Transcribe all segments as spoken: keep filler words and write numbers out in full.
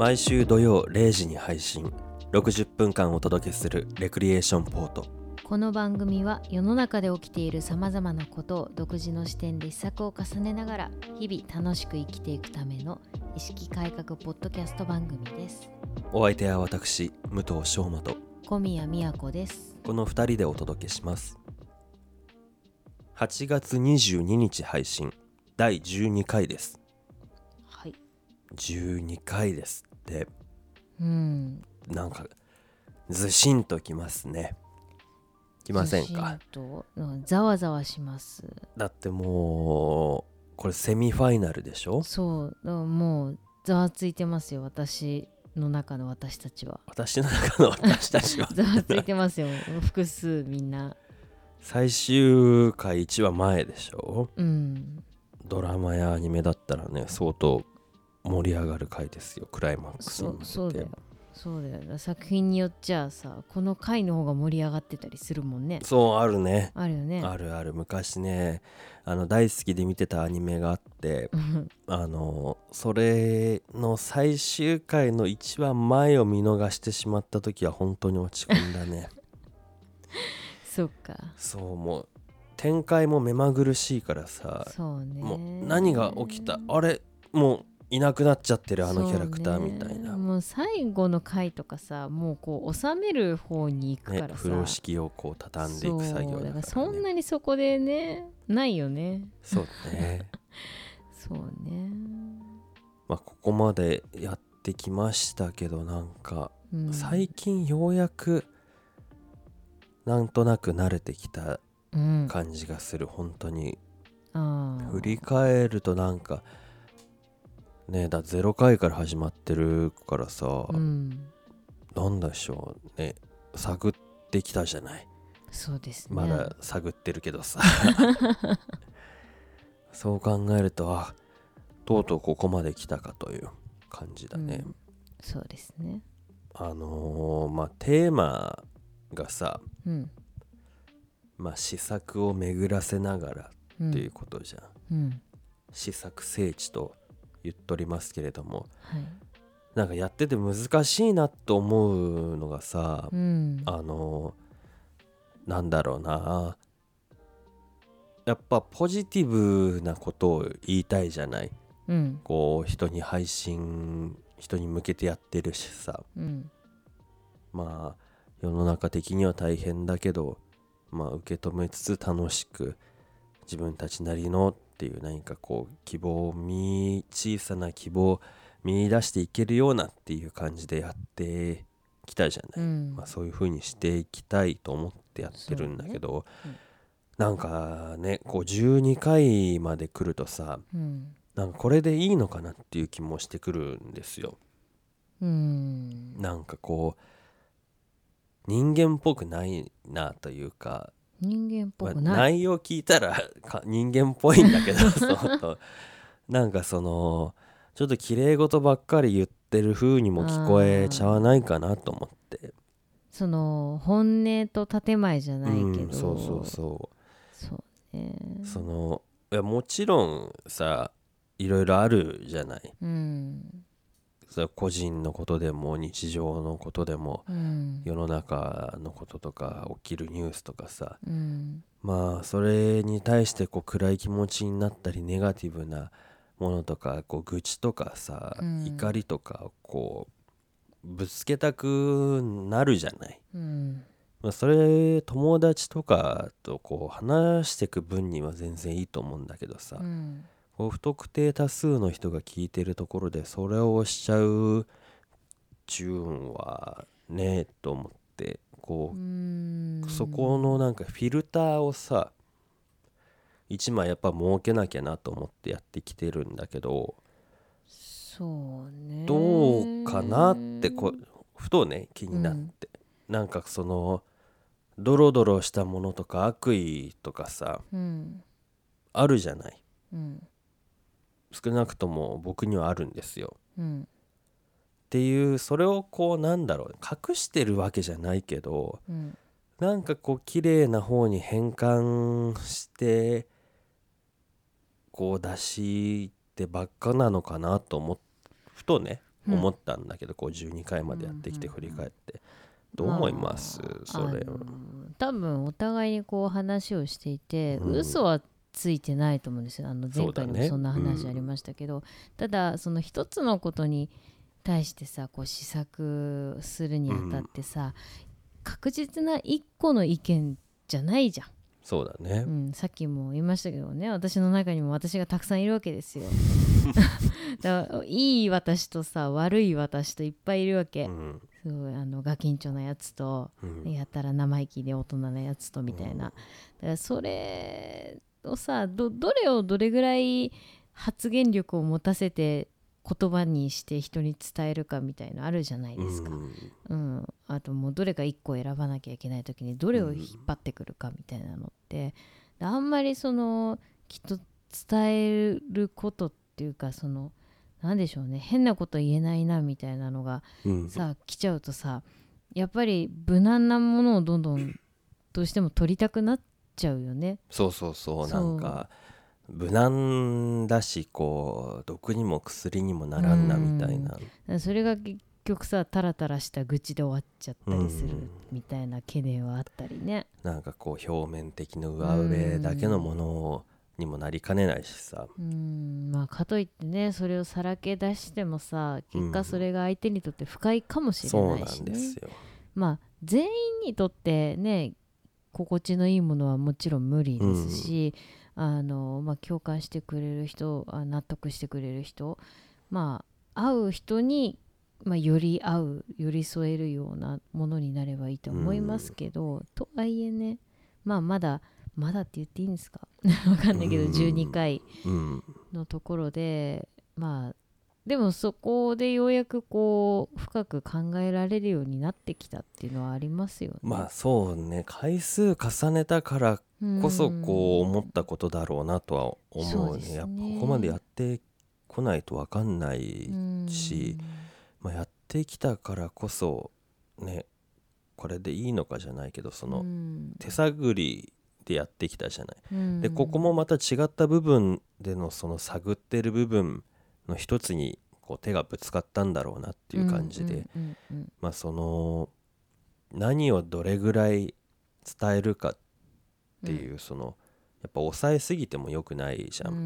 毎週土曜れいじに配信、ろくじゅっぷんかんお届けするレクリエーションポート。 この番組は世の中で起きているさまざまなことを独自の視点で試作を重ねながら日々楽しく生きていくための意識改革ポッドキャスト番組です。 お相手は私、武藤翔馬と小宮宮子です。 このふたりでお届けします。はちがつにじゅうににち配信だいじゅうにかいです。 はい、 じゅうにかいですって。 うんなんかずしんときますね。きませんか？ ずしんと、うん、ざわざわします。 だってもうこれセミファイナルでしょ。 そうだからもうざわついてますよ、私の中の私たちは。 私の中の私たちはざわついてますよ複数みんな。 最終回いちわまえでしょ。 うんドラマやアニメだったらね、相当盛り上がる回ですよ、クライマックスに向けて。 そうだよそうだよ。作品によっちゃさ、この回の方が盛り上がってたりするもんね。 そう、あるね。 あるよね。 あるある。昔ね、あの大好きで見てたアニメがあってあのそれの最終回のいちわまえを見逃してしまった時は本当に落ち込んだねそっか。 そう、もう展開も目まぐるしいからさ、 そうね、 もう何が起きた、あれもういなくなっちゃってるあのキャラクターみたいな、 ね、もう最後の回とかさ、もうこう収める方に行くからさ、 ね、風呂敷をこう畳んでいく作業だから、ね、 そうだからそんなにそこでねないよね。 そうねそうね。 まあここまでやってきましたけど、なんか、うん、最近ようやくなんとなく慣れてきた感じがする、うん、本当に。あ振り返るとなんかね、だゼロかいから始まってるからさ、うん、なんでしょうね、探ってきたじゃない。 そうですね。 まだ探ってるけどさそう考えると、あ、とうとうここまで来たかという感じだね、うん、 そうですね。 あのー、まあテーマがさ、うん、まあ試作を巡らせながらっていうことじゃん、うん、試作聖地と言っとりますけれども、はい、なんかやってて難しいなと思うのがさ、うん、あのなんだろうな、やっぱポジティブなことを言いたいじゃない、うん、こう人に配信人に向けてやってるしさ、うん、まあ世の中的には大変だけど、まあ受け止めつつ楽しく自分たちなりのっていう何かこう希望を見小さな希望を見出していけるようなっていう感じでやってきたじゃない、うん、まあ、そういう風にしていきたいと思ってやってるんだけど、ね、うん、なんかねこうじゅうにかいまで来るとさ、うん、なんかこれでいいのかなっていう気もしてくるんですよ、うん、なんかこう人間っぽくないなというか、 人間っぽくない、 まあ、内容聞いたら人間っぽいんだけどそうなんかそのちょっと綺麗事ばっかり言ってる風にも聞こえちゃわないかなと思って、 その本音と建前じゃないけど、うん、 そうそうそうそうね、 そのいやもちろんさいろいろあるじゃない、うん、個人のことでも日常のことでも、うん、世の中のこととか起きるニュースとかさ、うん、まあそれに対してこう暗い気持ちになったりネガティブなものとかこう愚痴とかさ、うん、怒りとかこうぶつけたくなるじゃない、うん、まあ、それ友達とかとこう話していく分には全然いいと思うんだけどさ、うん、こう不特定多数の人が聞いてるところでそれをしちゃうチューンはねえと思って、こう、うーん、そこのなんかフィルターをさ一枚やっぱ設けなきゃなと思ってやってきてるんだけど、 そうね、 どうかなってこうふとね気になって、うん、なんかそのドロドロしたものとか悪意とかさ、うん、あるじゃない、うん、少なくとも僕にはあるんですよ、うん、っていうそれをこうなんだろう隠してるわけじゃないけど、うん、なんかこう綺麗な方に変換してこう出してばっかなのかなと思っふとね思ったんだけど、うん、こうじゅうにかいまでやってきて振り返って、うんうんうん、どう思います、まあ、それは。 多分お互いにこう話をしていて、うん、嘘はついてないと思うんですよ。あの前回にもそんな話ありましたけど、ね、うん、ただその一つのことに対してさこう試作するにあたってさ、うん、確実な一個の意見じゃないじゃん。 そうだね、 うん、さっきも言いましたけどね、私の中にも私がたくさんいるわけですよだからいい私とさ悪い私といっぱいいるわけ、うん、すごいあのガキンチョなやつと、うん、やったら生意気で大人なやつとみたいな、うん、だからそれをさ ど, どれをどれぐらい発言力を持たせて言葉にして人に伝えるかみたいなのあるじゃないですか、うんうん、あともうどれかいっこ選ばなきゃいけない時にどれを引っ張ってくるかみたいなのって、うん、あんまりそのきっと伝えることっていうかそのなんでしょうね変なこと言えないなみたいなのが、うん、さ来ちゃうとさやっぱり無難なものをどんどんどうしても取りたくなっちゃうよね。 そうそうそうなんか無難だしこう毒にも薬にもならんなみたいな、 うん、それが結局さタラタラした愚痴で終わっちゃったりするみたいな懸念はあったりね、 うん、なんかこう表面的な上上だけのものにもなりかねないしさ、 うん、まあかといってねそれをさらけ出してもさ結果それが相手にとって不快かもしれないしね、うん、そうなんですよ。まあ全員にとってね心地のいいものはもちろん無理ですし、うんあのまあ、共感してくれる人納得してくれる人、まあ、会う人に、まあ、より合う寄り添えるようなものになればいいと思いますけど、うん、とはいえね、まあ、まだまだって言っていいんですかわかんないけど、うん、じゅうにかいのところでまあでもそこでようやくこう深く考えられるようになってきたっていうのはありますよね。 まあそうね回数重ねたからこそこう思ったことだろうなとは思う ね, うねやっぱここまでやってこないと分かんないし、まあ、やってきたからこそねこれでいいのかじゃないけどその手探りでやってきたじゃない。でここもまた違った部分でのその探ってる部分の一つにこう手がぶつかったんだろうなっていう感じで、まあその何をどれぐらい伝えるかっていう、うん、そのやっぱ抑えすぎても良くないじゃん、うん、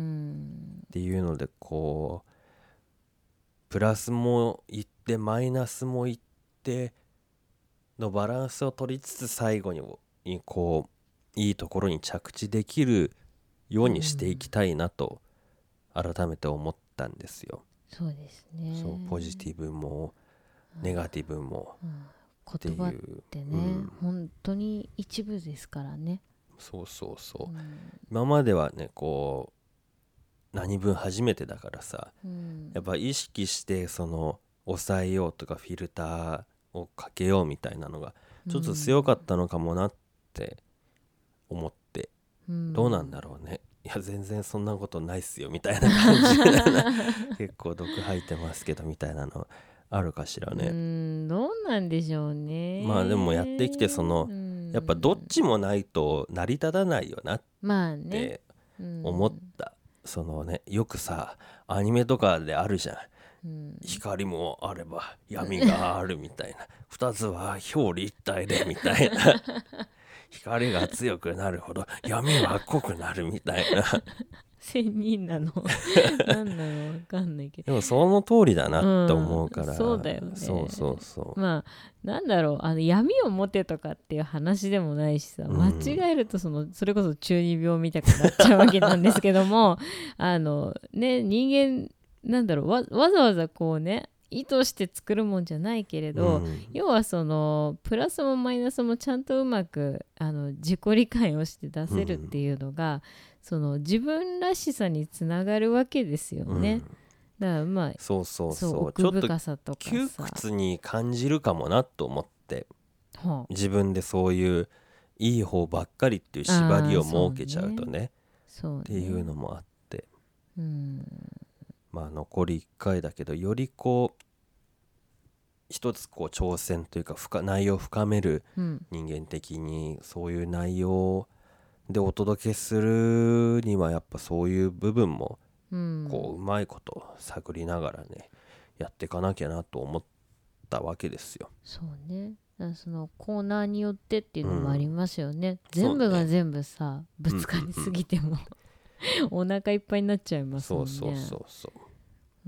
っていうのでこうプラスもいってマイナスもいってのバランスを取りつつ最後にこういいところに着地できるようにしていきたいなと改めて思ったんですよ。 そうですね。 そうポジティブもネガティブも、うんうん、言葉ってね、うん、本当に一部ですからね。 そうそうそう、うん、今まではねこう何分初めてだからさ、うん、やっぱ意識してその抑えようとかフィルターをかけようみたいなのがちょっと強かったのかもなって思って、うん、どうなんだろうね。いや全然そんなことないっすよみたいな感じで結構毒吐いてますけどみたいなのあるかしらね。 うーんどうなんでしょうね。 まあでもやってきてそのやっぱどっちもないと成り立たないよなって思った、そのねよくさアニメとかであるじゃん、うん、光もあれば闇があるみたいな二つは表裏一体でみたいな光が強くなるほど闇は濃くなるみたいな仙人なの何なの分かんないけどでもその通りだなって思うから、 うん、そうだよね。 そうそうそうまあなんだろうあの闇を持てとかっていう話でもないしさ、間違えるとそのそれこそ中二病みたくなっちゃうわけなんですけどもあのね人間なんだろう わ, わざわざこうね意図して作るもんじゃないけれど、うん、要はそのプラスもマイナスもちゃんとうまくあの自己理解をして出せるっていうのが、うん、その自分らしさにつながるわけですよね、うん、だからまあそうそうそうそう奥深さとかさちょっと窮屈に感じるかもなと思って、はあ、自分でそういういい方ばっかりっていう縛りを設けちゃうと ね, そうねっていうのもあって、うん、まあ残りいっかいだけどよりこう一つこう挑戦というか深内容を深める、人間的にそういう内容でお届けするにはやっぱそういう部分もこううまいこと探りながらねやっていかなきゃなと思ったわけですよ。 そうね、だからそのコーナーによってっていうのもありますよね、うん、 全部が全部さぶつかりすぎても、うんうんうん、お腹いっぱいになっちゃいますもんね。 そうそうそうそう、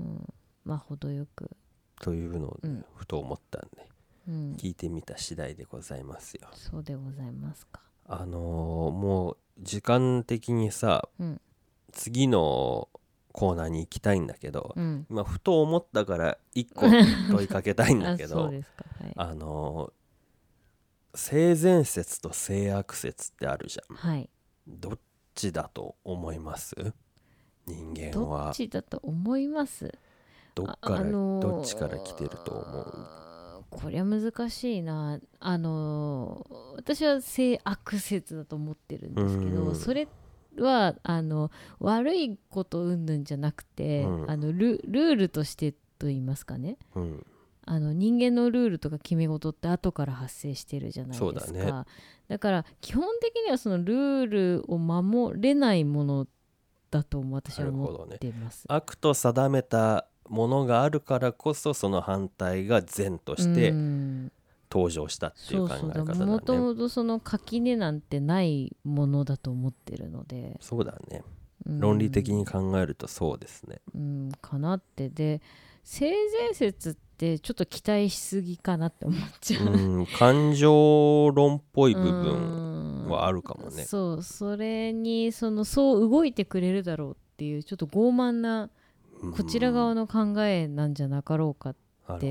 うん、まあ程よくというのを、ね、うん、ふと思ったんで、 うん、 聞いてみた次第でございますよ。 そうでございますか。 あのー、もう時間的にさ、うん、次のコーナーに行きたいんだけど、うん、今ふと思ったからいっこ問いかけたいんだけどあ、そうですか、はい、あのー、性善説と性悪説ってあるじゃん、はい、どっちだと思います？人間はどっちだと思います？ どっから、あのー、どっちから来てると思う？ これは難しいな。あのー、私は性悪説だと思ってるんですけど、それはあの悪いこと云々じゃなくて、うん、あの ル, ルールとしてと言いますかね、うん、あの人間のルールとか決め事って後から発生してるじゃないですか。そうだね。だから基本的にはそのルールを守れないものだと私は思ってます、 ね、悪と定めたものがあるからこそその反対が善として登場したっていう考え方だね。 もともとその垣根なんてないものだと思ってるので。 そうだね、論理的に考えるとそうですね、 うん、かなって。で性善説ってちょっと期待しすぎかなって思っちゃう、 うん、感情論っぽい部分はあるかもね。 そう、それにそのそう動いてくれるだろうっていうちょっと傲慢なこちら側の考えなんじゃなかろうかって、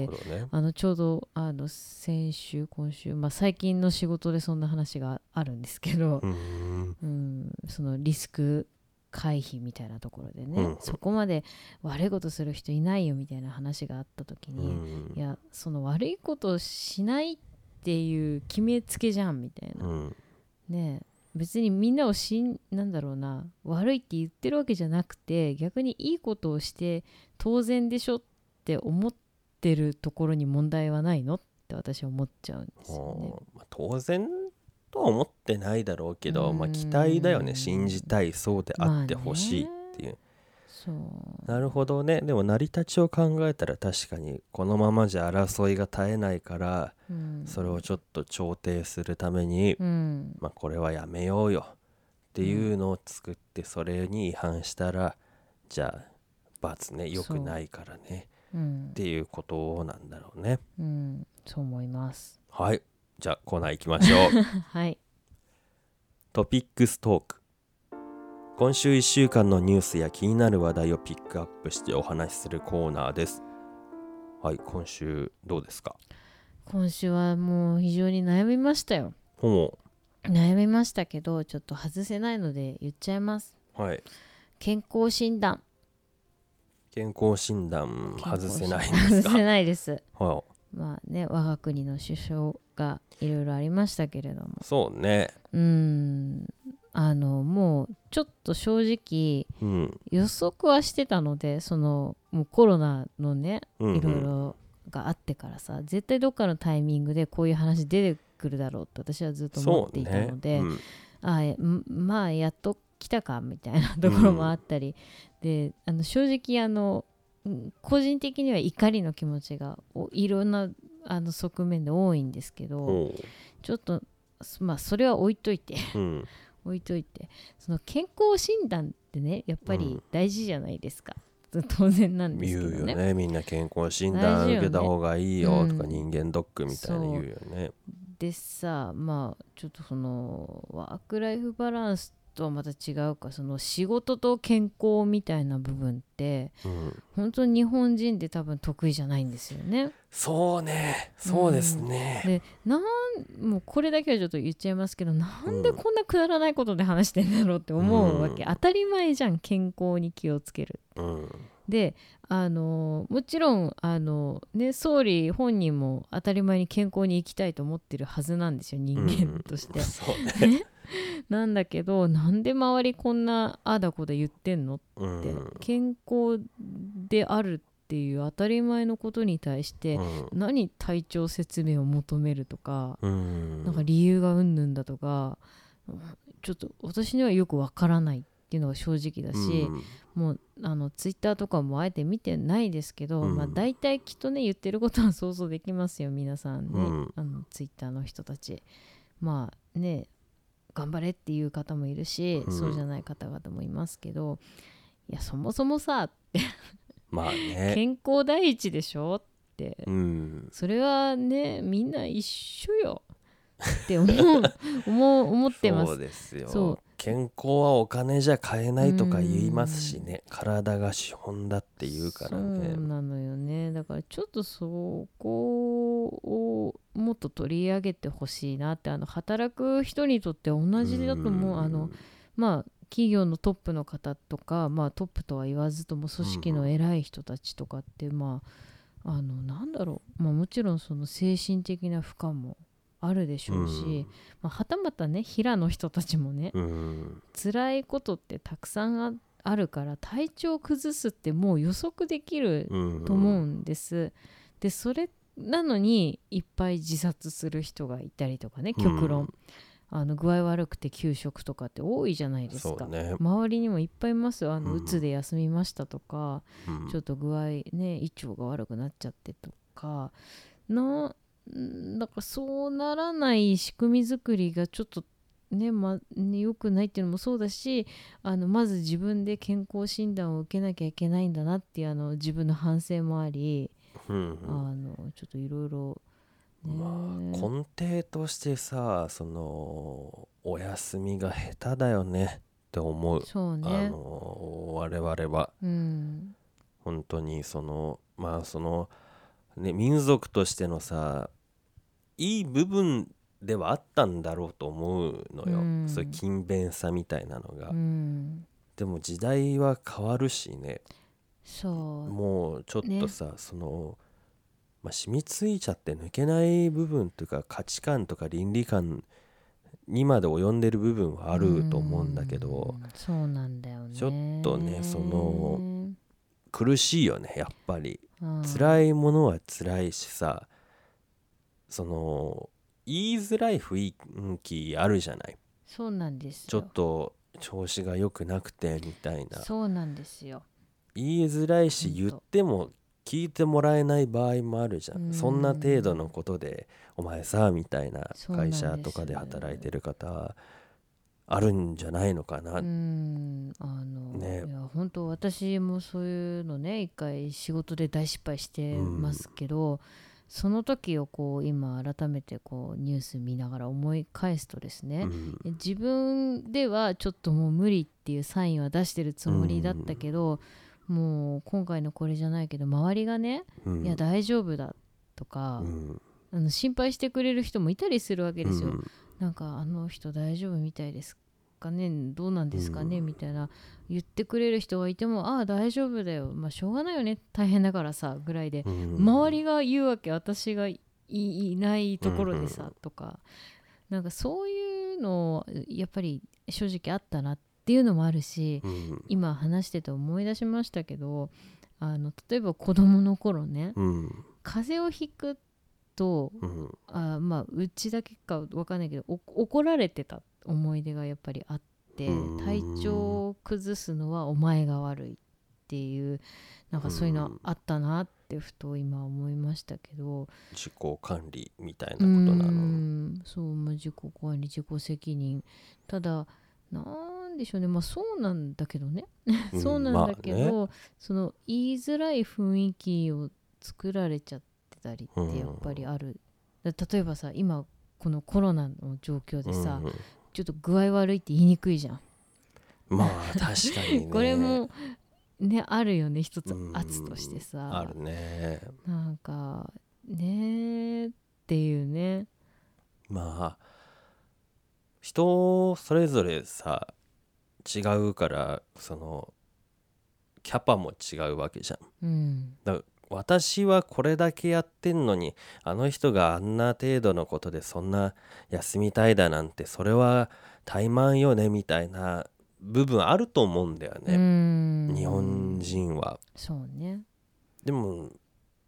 ね、あのちょうどあの先週今週、まあ、最近の仕事でそんな話があるんですけど、うん、うん、そのリスク回避みたいなところでね、うん、そこまで悪いことする人いないよみたいな話があった時に、うん、いやその悪いことをしないっていう決めつけじゃんみたいな、うん、ねえ別にみんなをしんなんだろうな悪いって言ってるわけじゃなくて逆にいいことをして当然でしょって思ってるところに問題はないのって私は思っちゃうんですよね。 まあ、当然とは思ってないだろうけど、まあ、期待だよね。信じたい、そうであってほしいっていう、まあね、そうなるほどね。でも成り立ちを考えたら確かにこのままじゃ争いが絶えないから、うん、それをちょっと調停するために、うん、まあ、これはやめようよっていうのを作ってそれに違反したら、じゃあ罰ね、良くないからね、うん、っていうことなんだろうね、 うん、そう思います。 はい、じゃあコーナー行きましょうはい、 トピックストーク。今週いっしゅうかんのニュースや気になる話題をピックアップしてお話しするコーナーです。はい、今週どうですか？ 今週はもう非常に悩みましたよ。 ほう悩みましたけどちょっと外せないので言っちゃいます。 はい。 健康診断。 健康診断外せないんですか？ 外せないです。 はい。 まあね、我が国の首相がいろいろありましたけれども、 そうね、 うーんあのもうちょっと正直、うん、予測はしてたので、そのもうコロナのね、うんうん、いろいろがあってからさ、絶対どっかのタイミングでこういう話出てくるだろうって私はずっと思っていたので、ね、うん、あまあやっと来たかみたいなところもあったり、うん、であの正直あの個人的には怒りの気持ちがいろんなあの側面で多いんですけど、ちょっとまあそれは置いといて、うん、置いといてその健康診断ってねやっぱり大事じゃないですか、うん、当然なんですけどね。 言うよね、みんな健康診断受けた方がいいよとか、うん、人間ドックみたいに言うよね。 でさ、まあちょっとそのワークライフバランスとはまた違うか、その仕事と健康みたいな部分って、うん、本当に日本人で多分得意じゃないんですよね。 そうね、そうですね、 うん、でなんもうこれだけはちょっと言っちゃいますけど、なんでこんなくだらないことで話してんだろうって思うわけ、うん、当たり前じゃん、健康に気をつけるって、うん、であのもちろんあの、ね、総理本人も当たり前に健康に生きたいと思ってるはずなんですよ、人間として、うん、そうねなんだけど、なんで周りこんなあだこだ言ってんのって、うん、健康であるっていう当たり前のことに対して、うん、何体調説明を求めるとか、うん、なんか理由がうんぬんだとか、ちょっと私にはよくわからないっっていうのが正直だし、うん、もうあのツイッターとかもあえて見てないですけど、うん、まあ、大体きっとね言ってることは想像できますよ皆さんね、うん、あのツイッターの人たちまあね頑張れっていう方もいるし、うん、そうじゃない方々もいますけど、いやそもそもさってまあね健康第一でしょって、 うん、 それはねみんな一緒よって思う思う思ってます。 そうですよ。そう健康はお金じゃ買えないとか言いますしね、体が資本だって言うからね。 そうなのよね。だからちょっとそこをもっと取り上げてほしいなって、あの働く人にとって同じだと思う。あのまあ企業のトップの方とか、まあトップとは言わずとも組織の偉い人たちとかって、まああのなんだろう、まあもちろんその精神的な負荷もあるでしょうし、うんまあ、はたまたね平の人たちもね、うん、辛いことってたくさん あ, あるから体調を崩すってもう予測できると思うんです、うん、でそれなのにいっぱい自殺する人がいたりとかね極論、うん、あの具合悪くて休職とかって多いじゃないですか、ね、周りにもいっぱいいますよ。あの、うん、うつで休みましたとか、うん、ちょっと具合ね胃腸が悪くなっちゃってとかなだからそうならない仕組み作りがちょっとね、ま、ね良くないっていうのもそうだし、あのまず自分で健康診断を受けなきゃいけないんだなっていうあの自分の反省もあり、うんうん、あのちょっといろいろ根底としてさそのお休みが下手だよねって思う。 そうね、 あの我々は、うん、本当にそのまあそのね民族としてのさいい部分ではあったんだろうと思うのよ、うん、そういう勤勉さみたいなのが、うん、でも時代は変わるしね。 そうもうちょっとさ、ね、その、まあ、染みついちゃって抜けない部分というか価値観とか倫理観にまで及んでる部分はあると思うんだけど、 うん、そうなんだよね。 ちょっとねその苦しいよねやっぱり、うん、辛いものは辛いしさ、その言いづらい雰囲気あるじゃない。 そうなんですよ。 ちょっと調子が良くなくてみたいな。 そうなんですよ。 言いづらいし言っても聞いてもらえない場合もあるじゃん。んそんな程度のことでお前さみたいな会社とかで働いてる方あるんじゃないのかな。 うんあの、ね、いや本当私もそういうのね一回仕事で大失敗してますけど、うん、その時をこう今改めてこうニュース見ながら思い返すとですね、うん、自分ではちょっともう無理っていうサインは出してるつもりだったけど、うん、もう今回のこれじゃないけど周りがね、うん、いや大丈夫だとか、うん、あの心配してくれる人もいたりするわけですよ、うん、なんかあの人大丈夫みたいですかねどうなんですかね、うん、みたいな言ってくれる人がいてもああ大丈夫だよまあしょうがないよね大変だからさぐらいで、うん、周りが言うわけ私が い, いないところでさ、うん、とかなんかそういうのやっぱり正直あったなっていうのもあるし、うん、今話してて思い出しましたけどあの例えば子供の頃ね、うん、風邪をひくと、うん、あまあうちだけか分かんないけど怒られてた思い出がやっぱりあって体調を崩すのはお前が悪いっていうなんかそういうのあったなってふと今思いましたけど自己管理みたいなことなの。 うんそう、まあ、自己管理自己責任ただなんでしょうねまあそうなんだけどねそうなんだけど、まあね、その言いづらい雰囲気を作られちゃってたりってやっぱりある。例えばさ今このコロナの状況でさ、うん、ちょっと具合悪いって言いにくいじゃん。 まあ確かにねこれもねあるよね一つ圧としてさ、うん、 あるねなんかねーっていうね。 まあ人それぞれさ違うからそのキャパも違うわけじゃん、うん、だから私はこれだけやってんのにあの人があんな程度のことでそんな休みたいだなんてそれは怠慢よねみたいな部分あると思うんだよね、うん日本人は。 そうね。 でも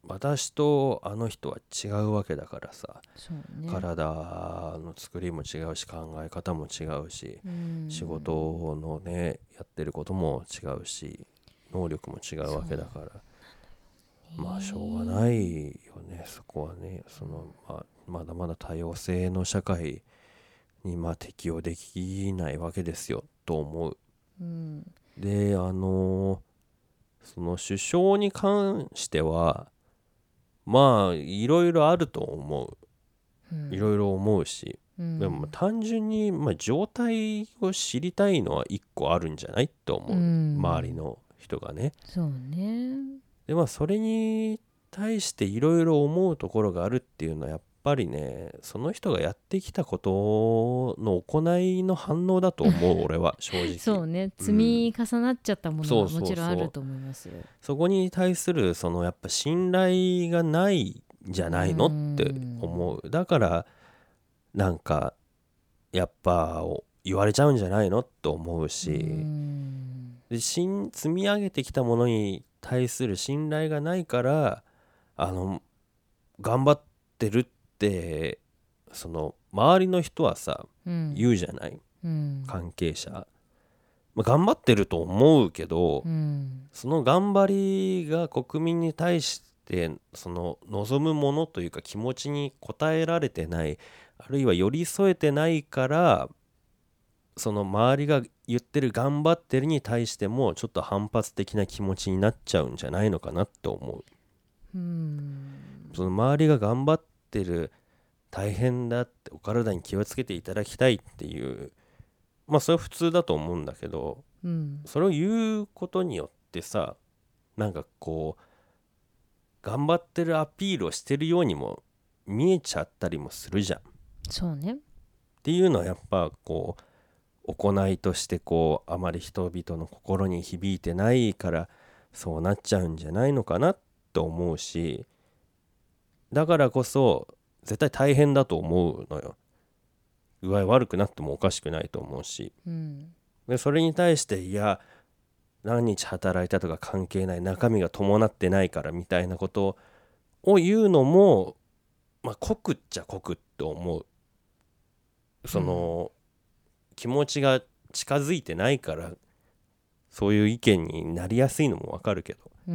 私とあの人は違うわけだからさ、 そうね、 体の作りも違うし考え方も違うし、うん、仕事のねやってることも違うし能力も違うわけだから、まあしょうがないよねそこはね。その、まあ、まだまだ多様性の社会にまあ適応できないわけですよと思う、うん、であのその首相に関してはまあいろいろあると思う、いろいろ思うし、うん、でも単純に、まあ、状態を知りたいのは一個あるんじゃないと思う、うん、周りの人がね。 そうね。 でまあそれに対していろいろ思うところがあるっていうのはやっぱりねその人がやってきたことの行いの反応だと思う俺は正直そうね、積み重なっちゃったものはもちろんあると思いますよ。 そこに対するそのやっぱ信頼がないんじゃないのって思う。だからなんかやっぱ言われちゃうんじゃないのって思うし、うんで積み上げてきたものに対する信頼がないからあの頑張ってるってその周りの人はさ、うん、言うじゃない、うん、関係者、まあ、頑張ってると思うけど、うん、その頑張りが国民に対してその望むものというか気持ちに応えられてない、あるいは寄り添えてないからその周りが言ってる頑張ってるに対してもちょっと反発的な気持ちになっちゃうんじゃないのかなって思う。うーん、その周りが頑張ってる大変だってお体に気をつけていただきたいっていうまあそれは普通だと思うんだけど、うん、それを言うことによってさなんかこう頑張ってるアピールをしてるようにも見えちゃったりもするじゃん。 そうね。 っていうのはやっぱこう行いとしてこうあまり人々の心に響いてないからそうなっちゃうんじゃないのかなと思うし、だからこそ絶対大変だと思うのよ。具合悪くなってもおかしくないと思うし、うん、でそれに対していや何日働いたとか関係ない中身が伴ってないからみたいなことを言うのもまあ酷っちゃ酷って思う。その、うん、気持ちが近づいてないからそういう意見になりやすいのもわかるけど、うん、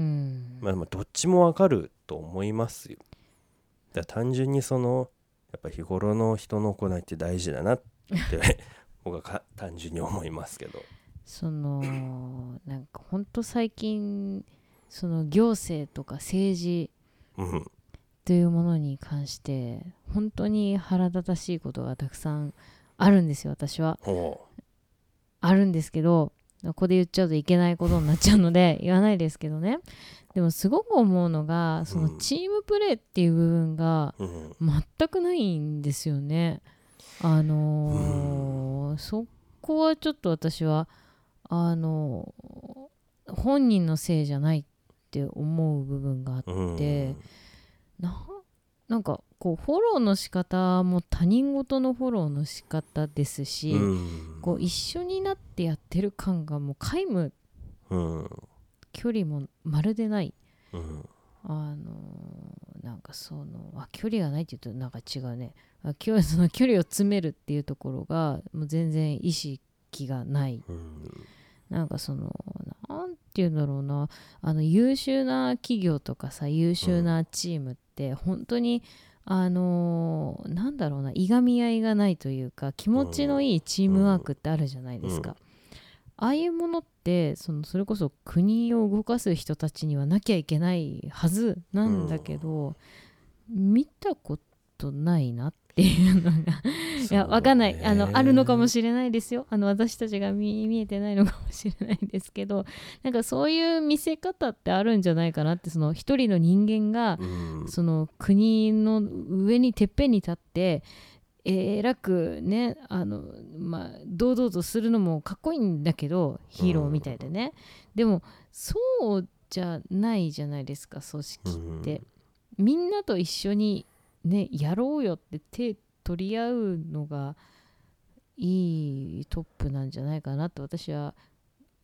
まあ、まあどっちもわかると思いますよ。だから単純にそのやっぱ日頃の人の行いって大事だなって僕はか単純に思いますけどそのなんかほんと最近その行政とか政治というものに関して本当に腹立たしいことがたくさんあるんですよ。私はあるんですけどここで言っちゃうといけないことになっちゃうので言わないですけどね。でもすごく思うのがそのチームプレーっていう部分が全くないんですよね。あのー、そこはちょっと私はあのー、本人のせいじゃないって思う部分があってな、なんかこうフォローの仕方も他人事のフォローの仕方ですし、こう一緒になってやってる感がもう皆無、距離もまるでない、うん、あのー、なんかそのあ距離がないって言うとなんか違うねあその距離を詰めるっていうところがもう全然意識がない、うん、なんかそのなんて言うんだろうなあの優秀な企業とかさ優秀なチームって本当にあのー、なんだろうないがみ合いがないというか気持ちのいいチームワークってあるじゃないですか、うんうん、ああいうものってそのそれこそ国を動かす人たちにはなきゃいけないはずなんだけど、うん、見たことないなっていうのがいやわかんないあのあるのかもしれないですよ。あの私たちが 見, 見えてないのかもしれないですけどなんかそういう見せ方ってあるんじゃないかなってその一人の人間が、うん、その国の上にてっぺんに立ってえらくねあの、まあ、堂々とするのもかっこいいんだけどヒーローみたいでね、うん、でもそうじゃないじゃないですか組織って、うん、みんなと一緒にねやろうよって手取り合うのがいいトップなんじゃないかなと私は思っ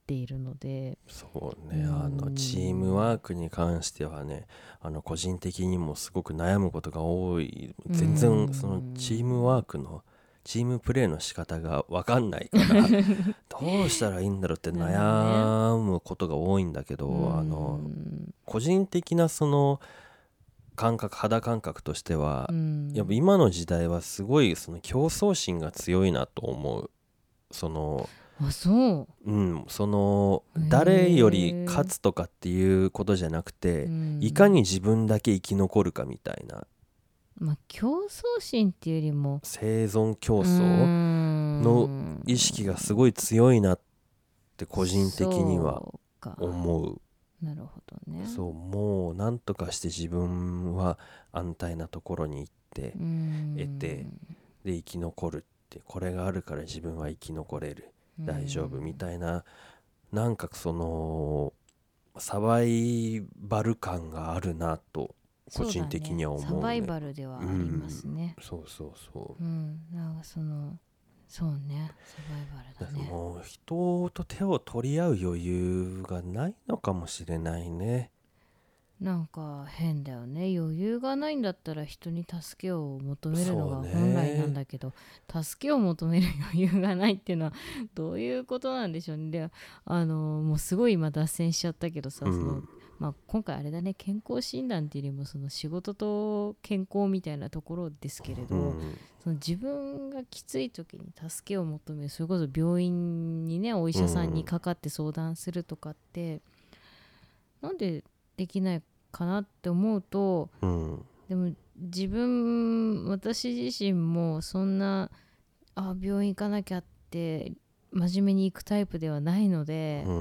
っているので、 そうね、あのチームワークに関してはね、あの個人的にもすごく悩むことが多い。全然そのチームワークのチームプレーの仕方が分かんないからどうしたらいいんだろうって悩むことが多いんだけど、あの個人的なその感覚肌感覚としては、やっぱ今の時代はすごいその競争心が強いなと思う。そのあ、そう、 うん、その誰より勝つとかっていうことじゃなくて、いかに自分だけ生き残るかみたいな、 まあ、競争心っていうよりも生存競争の意識がすごい強いなって個人的には思う。 なるほどね。 そう、もうなんとかして自分は安泰なところに行って得て、で生き残るって、これがあるから自分は生き残れる、大丈夫みたいな、なんかそのサバイバル感があるなと個人的には思うね。 サバイバルではありますね、 うん、そうそうそう、 うん、なんかそのそうね、サバイバルだね。 もう人と手を取り合う余裕がないのかもしれないね。 なんか変だよね。余裕がないんだったら人に助けを求めるのが本来なんだけど、ね、助けを求める余裕がないっていうのはどういうことなんでしょうね。で、あのもうすごい今脱線しちゃったけどさ、うん、そのまあ、今回あれだね、健康診断っていうよりもその仕事と健康みたいなところですけれど、うん、その自分がきつい時に助けを求める、それこそ病院にね、お医者さんにかかって相談するとかって、うん、なんでできないかなって思うと、うん、でも自分私自身もそんなあ病院行かなきゃって真面目に行くタイプではないので、うん、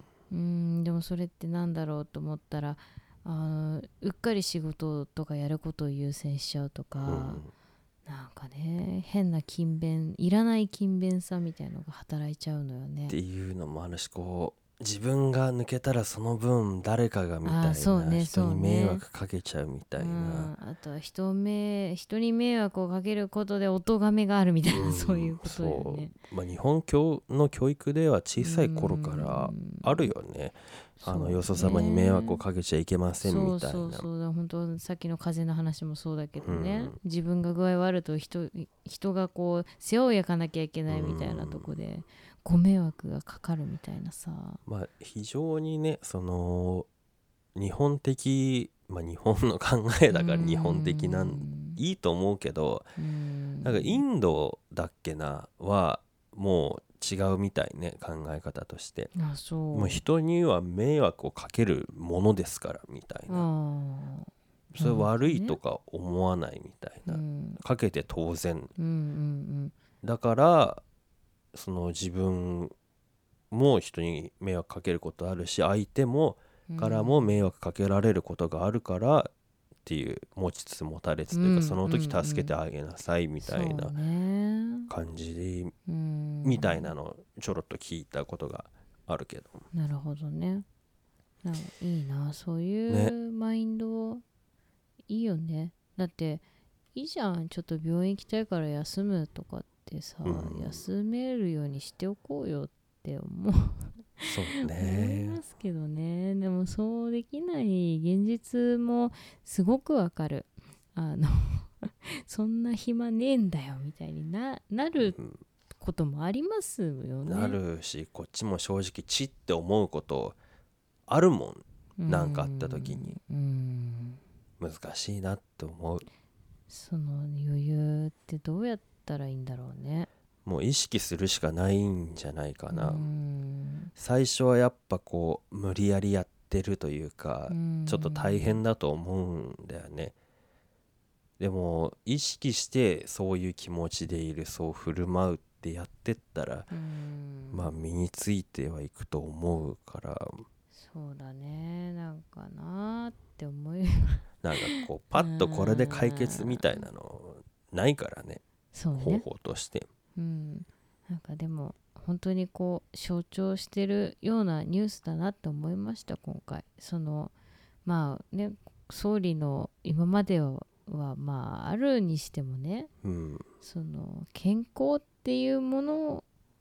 うんでもそれってなんだろうと思ったら、あうっかり仕事とかやることを優先しちゃうとか、うん、なんかね、変な勤勉、いらない勤勉さみたいなのが働いちゃうのよね。 っていうのもあるし、こう自分が抜けたらその分誰かがみたいな、そうね、人に迷惑かけちゃうみたいな、うん、 あとは人め人に迷惑をかけることでお咎めがあるみたいな、うん、そういうことよね。 そう、まあ、日本教の教育では小さい頃からあるよね、うん、あのよそ様に迷惑をかけちゃいけませんみたいな。 そうそうそうだ、本当さっきの風邪の話もそうだけどね、うん、自分が具合悪いと 人, 人がこう世話を焼かなきゃいけないみたいなとこで、うんご迷惑がかかるみたいなさ、 まあ非常にね、その日本的、まあ日本の考えだから日本的なんいいと思うけど、んなんかインドだっけなはもう違うみたいね、考え方として。 あ、そう、 もう人には迷惑をかけるものですからみたいな、それ悪いとか思わないみたいな、うん、かけて当然、うんうんうん、だからその自分も人に迷惑かけることあるし、相手もからも迷惑かけられることがあるからっていう、持ちつつ持たれつというか、うん、その時助けてあげなさいみたいな感じで、うん、みたいなのをちょろっと聞いたことがあるけど。 なるほどね。なんかいいな、そういうマインド、ね、いいよね。だっていいじゃん、ちょっと病院行きたいから休むとかってさ、うん、休めるようにしておこうよって思うそうね、 思いますけどね。でもそうできない現実もすごくわかる。あのそんな暇ねえんだよみたいに な, なることもありますよね。 なるし、こっちも正直チって思うことあるもん。なんかあった時に、うん、難しいなって思う。 その余裕ってどうやったらいいんだろうね。 もう意識するしかないんじゃないかな。最初はやっぱこう無理やりやってるというか、ちょっと大変だと思うんだよね。でも意識してそういう気持ちでいる、そう振る舞うってやってったら、まあ身についてはいくと思うから。 そうだね、なんかなって思いなんかこうパッとこれで解決みたいなのないからね、そうね、方法として。 うん、なんかでも本当にこう象徴してるようなニュースだなって思いました今回。そのまあね、総理の今まではまああるにしてもね、うん、その健康っていうものっ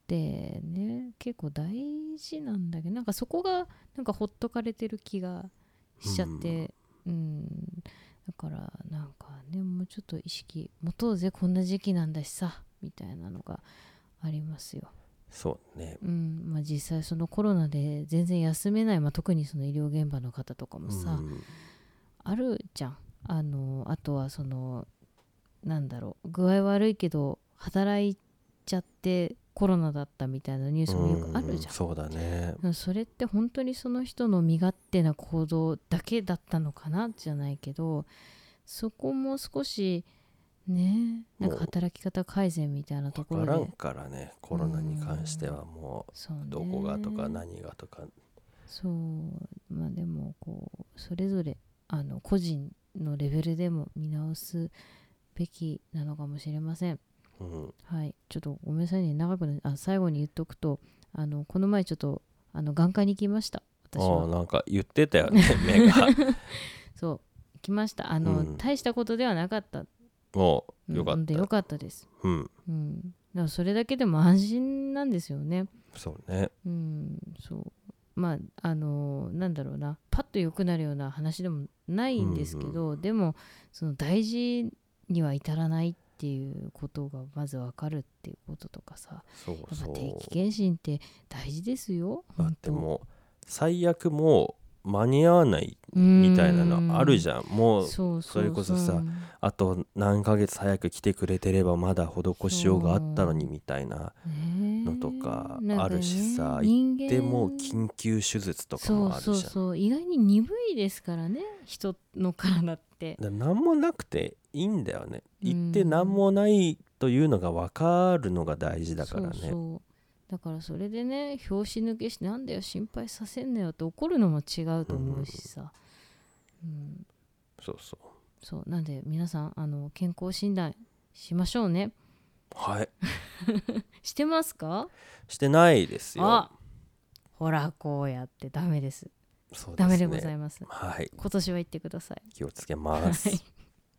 ってね結構大事なんだけど、なんかそこがなんかほっとかれてる気がしちゃって、うん、うん、だからなんかねもうちょっと意識持とうぜ、こんな時期なんだしさみたいなのがありますよ。 そうね、 うんまあ、実際そのコロナで全然休めない、まあ、特にその医療現場の方とかもさ、うん、あるじゃん。あのあとはそのなんだろう、具合悪いけど働いちゃってコロナだったみたいなニュースもよくあるじゃん。 そうだね。 それって本当にその人の身勝手な行動だけだったのかなじゃないけど、そこも少しね、なんか働き方改善みたいなところで分からんからね、コロナに関してはもうどこがとか何がとか、 そう、まあでもこうそれぞれあの個人のレベルでも見直すべきなのかもしれません。 うん、 はい、ちょっとごめんなさいね、長くなあ最後に言っとくと、あのこの前ちょっとあの眼科に行きました。私は。 あ、なんか言ってたよね目がそう行きました。あの、うん、大したことではなかった。 およかった、 うん、でよかったです。 うん、 うん、だからそれだけでも安心なんですよね。 そうね。 うん、そうまああのなんだろうな、パッと良くなるような話でもないんですけど、うんうん、でもその大事には至らないっていうことがまず分かるっていうこととかさ、 そうそう、 定期検診って大事ですよ。 だってもう最悪もう間に合わないみたいなのあるじゃん。もうそれこそさ、あと何ヶ月早く来てくれてればまだ施しようがあったのにみたいなのとかあるしさ、行ってもう緊急手術とかもあるじゃん。 そうそうそう、意外に鈍いですからね、人の体って。 だ何もなくていいんだよね。行って何もないというのが分かるのが大事だからね。 そうそう、だからそれでね、拍子抜けしてなんだよ心配させんなよって怒るのも違うと思うしさ、うんうん、 そうそうそうなんで皆さんあの健康診断しましょうね。 はいしてますか？ してないですよ。 あ、ほらこうやってダメです。 そうですね、 ダメでございます。 はい、 今年は言ってください。 気をつけます、はい、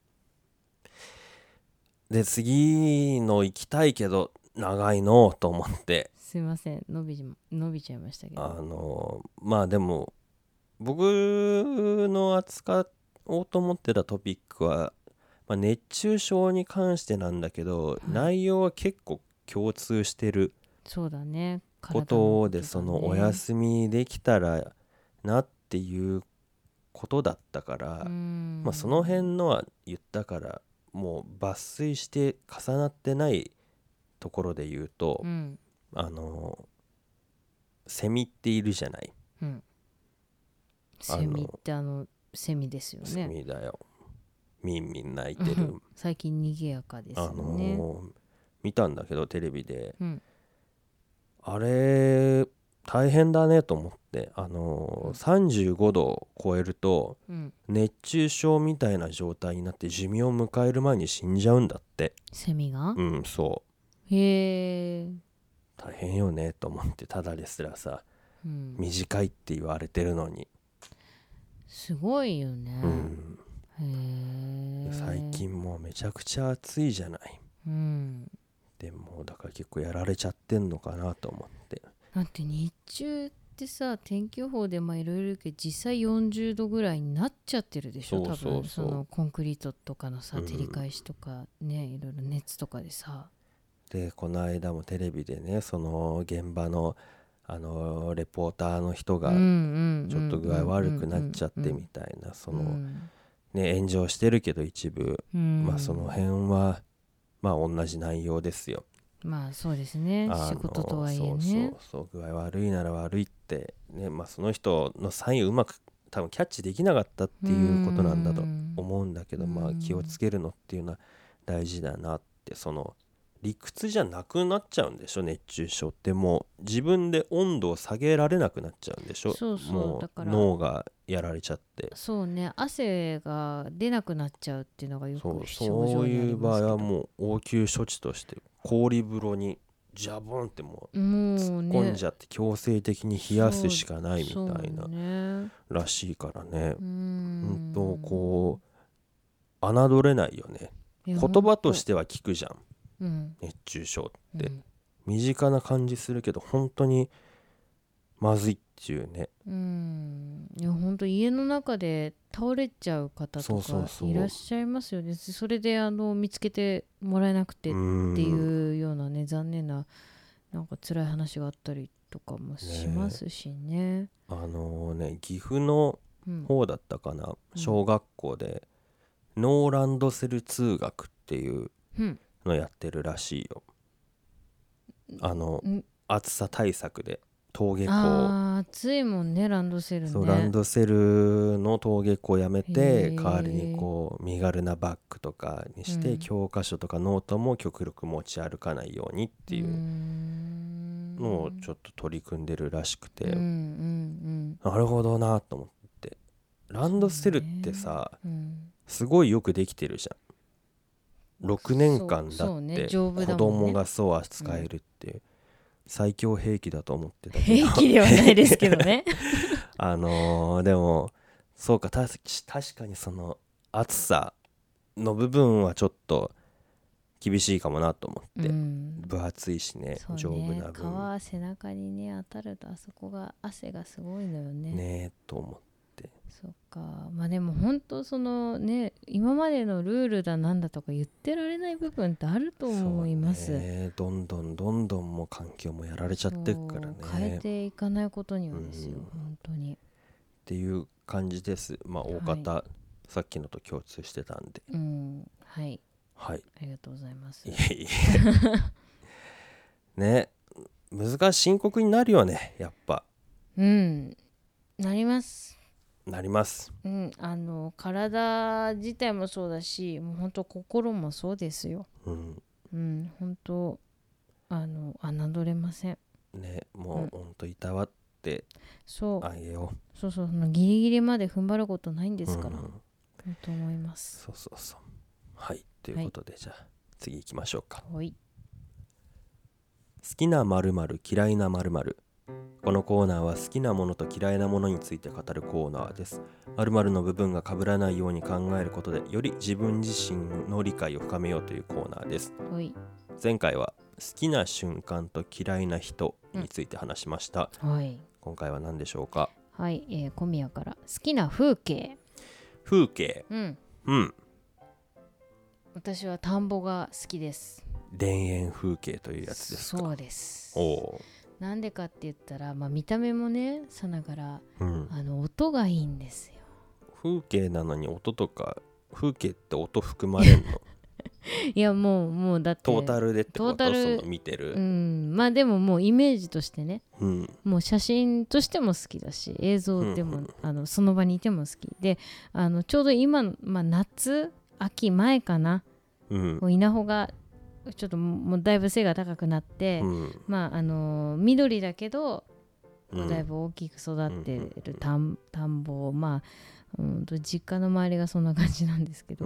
で次の行きたいけど長いのと思って、 すいません伸びじ伸びちゃいましたけど、 あのまあでも僕の扱おうと思ってたトピックは、まあ、熱中症に関してなんだけど、はい、内容は結構共通してるそうだねことで、そのお休みできたらなっていうことだったから、まあ、その辺のは言ったからもう抜粋して重なってないところで言うと、うん、あのセミっているじゃない、うん、 セミってあのセミですよね。 セミだよ、みんみん鳴いてる、うん、 最近にぎやかですよね。 あのー、見たんだけどテレビで、うん、あれ大変だねと思って、あのーうん、さんじゅうごどを超えると、うん、熱中症みたいな状態になって寿命を迎える前に死んじゃうんだって。 セミが？ うん、そう。 へえ。 大変よねと思って、ただですらさ、うん、短いって言われてるのにすごいよね、うん、 へえ。最近もうめちゃくちゃ暑いじゃない、うん、でもだから結構やられちゃってんのかなと思って。 だって日中ってさ、天気予報でまあいろいろ言うけど実際よんじゅうどぐらいになっちゃってるでしょ。 そうそうそう、 多分そのコンクリートとかのさ照り返しとかね、いろいろ熱とかでさ。 でこの間もテレビでね、その現場のあのレポーターの人がちょっと具合悪くなっちゃってみたいな、そのね炎上してるけど一部、まあその辺はまあ同じ内容ですよ。 まあそうですね、仕事とはいえね。 そうそうそう、具合悪いなら悪いってね、まあその人のサインをうまく多分キャッチできなかったっていうことなんだと思うんだけど、まあ気をつけるのっていうのは大事だなって。その理屈じゃなくなっちゃうんでしょ、熱中症って。もう自分で温度を下げられなくなっちゃうんでしょ。 そうそう、 もうだから脳がやられちゃって。 そうね、汗が出なくなっちゃうっていうのがよく症状にありますけど、 そういう場合はもう応急処置として氷風呂にジャボンってもう突っ込んじゃって強制的に冷やすしかないみたいならしいからね。うんとこう侮れないよね。言葉としては聞くじゃん、うん、熱中症って、うん、 身近な感じするけど本当にまずいっていうね。 うん、いや本当家の中で倒れちゃう方とかいらっしゃいますよね。そ, それであの見つけてもらえなくてっていうようなね、残念ななんか辛い話があったりとかもしますしね。 あのね岐阜の方だったかな、うん、小学校でノーランドセル通学っていうのやってるらしいよ、うん、あの、うん、暑さ対策で登下校、 あ暑いもんねランドセルね。 そうランドセルの登下校やめて代わりにこう身軽なバッグとかにして、うん、教科書とかノートも極力持ち歩かないようにっていうのをちょっと取り組んでるらしくて、うんうんうん、なるほどなと思って。ランドセルってさ、ねうん、すごいよくできてるじゃん。ろくねんかんだって子供がそう扱えるっていう、うん、最強兵器だと思ってたけど兵器ではないですけどねあのー、でもそうかた確かにその暑さの部分はちょっと厳しいかもなと思って、うん、分厚いし ね, ね丈夫な分皮背中にね当たるとあそこが汗がすごいのよねねえと思って。 そっかまあでも本当そのね今までのルールだなんだとか言ってられない部分ってあると思います。そうねどんどんどんどんもう環境もやられちゃってるからね。 変えていかないことにはですよ、うん、本当にっていう感じです。まあ大方、はい、さっきのと共通してたんで、 うんはいはいありがとうございます。 いえいえね難しい深刻になるよねやっぱ。 うんなりますなります、 うん、あの体自体もそうだしもう本当心もそうですよ。うん、うん、本当あの侮れませんね。もう本当いたわってあげよう。そうそうそうそのギリギリまで踏ん張ることないんですから、うん、本当思います。 そうそうそうはいということで、はい、じゃあ次行きましょうか。 はい。 好きな〇〇嫌いな〇〇。このコーナーは好きなものと嫌いなものについて語るコーナーです。〇〇の部分が被らないように考えることでより自分自身の理解を深めようというコーナーです。 はい、 前回は好きな瞬間と嫌いな人について話しました、 うんはい、 今回は何でしょうか。 はい、えー、小宮から好きな風景。 風景、 うん、 うん、 私は田んぼが好きです。 田園風景というやつですか。 そうです。 おなんでかって言ったら、まあ、見た目もねさながら、うん、あの音がいいんですよ。 風景なのに音とか風景って音含まれんのいやもうもうだってトータルでってことその見てる、 うん、まあでももうイメージとしてね、うん、もう写真としても好きだし映像でも、うん、あのその場にいても好きであのちょうど今、まあ、夏秋前かな、うん、もう稲穂がちょっともうだいぶ背が高くなって、うん、まああのー、緑だけど、うん、だいぶ大きく育ってる田ん、田んぼまあ、うん、実家の周りがそんな感じなんですけど、うん、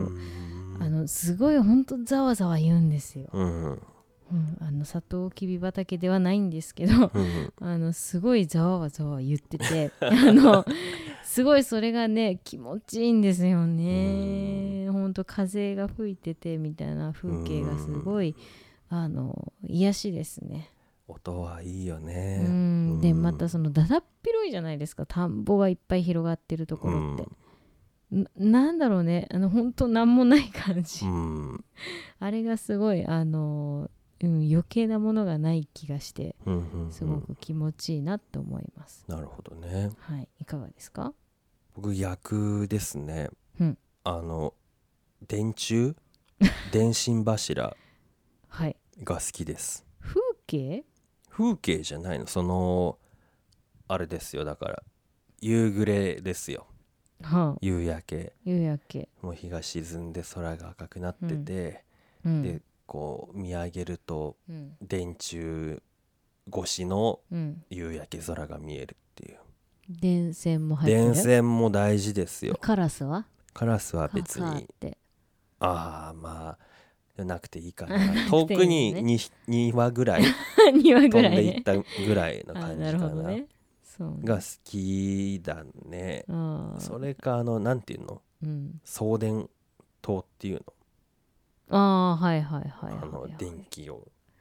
あのすごいほんとざわざわ言うんですよ、うんうん、あのサトウキビ畑ではないんですけど、うん、あのすごいざわざわ言っててあのすごいそれがね気持ちいいんですよね。ほんと風が吹いててみたいな風景がすごいあの癒しですね。 音はいいよね。 うんでまたそのだだっ広いじゃないですか田んぼがいっぱい広がってるところって、な, なんだろうねあのほんとなんもない感じあれがすごいあの、うん、余計なものがない気がして、うんうんうん、すごく気持ちいいなって思います。 なるほどね。 はい、いかがですか。 僕逆ですね、うん、あの電柱電信柱が好きです、 はい、風景風景じゃないのそのあれですよだから夕暮れですよ、はあ、夕焼け夕焼けもう日が沈んで空が赤くなってて、うん、でこう見上げると、うん、電柱越しの夕焼け空が見えるっていう、 電線も入ってる。 電線も大事ですよ。 カラスはカラスは別にああまあじゃなくていいかな遠くに 2, に羽ぐらい飛んでいったぐらいの感じか な, なるほど、ね、そうねが好きだね。それかあのなんていうの、うん、送電灯っていうのああはいはいはい、はい、 あの電気を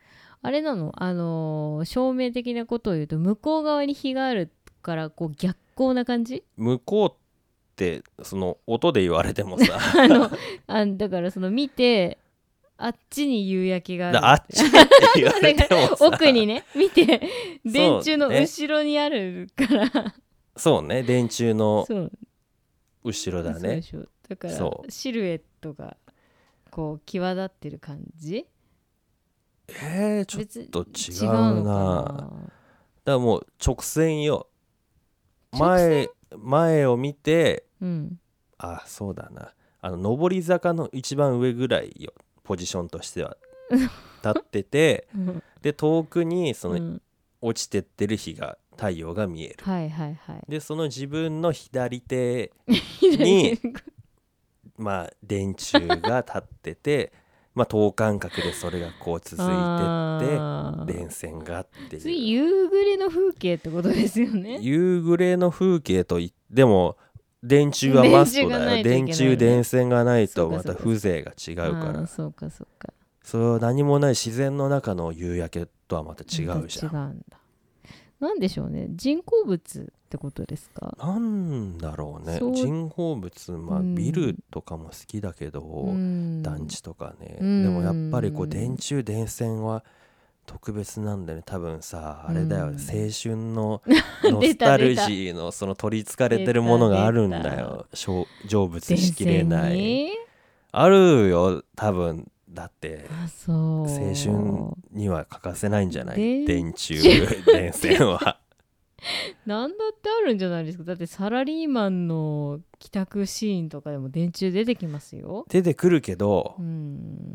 あれなの、あのー、照明的なことを言うと向こう側に火があるからこう逆光な感じ？ 向こうってその音で言われてもさあのあだからその見てあっちに夕焼けがある、 あっちって言われてもさ奥にね見て電柱の後ろにあるからそうね、電柱の後ろだね。そうでしょ。だからシルエットがこう際立ってる感じ。 えー、ちょっと違うな。だからもう直線よ。前前を見て、うん、あ、そうだな、あの上り坂の一番上ぐらいよ、ポジションとしては立ってて、うん、で遠くにその、うん、落ちてってる日が太陽が見える、 はいはいはい、 でその自分の左手にまあ電柱が立っててまあ等間隔でそれがこう続いてって電線がっていう、 夕暮れの風景ってことですよね。 夕暮れの風景といってでも電柱はマストだよ。電柱電線がないとまた風情が違うから。 そうかそうか。 それは何もない自然の中の夕焼けとはまた違うじゃん。 違うんだ。なんでしょうね、人工物ってことですか？ なんだろうね、人工物、まあ、うん、ビルとかも好きだけど、うん、団地とかね、うん、でもやっぱりこう電柱電線は特別なんだよね。多分さあれだよ、うん、青春のノスタルジーのその取りつかれてるものがあるんだよ。成仏しきれないあるよ多分。だって青春には欠かせないんじゃない？電柱電線はなんだってあるんじゃないですか。だってサラリーマンの帰宅シーンとかでも電柱出てきますよ。 出てくるけど、うん、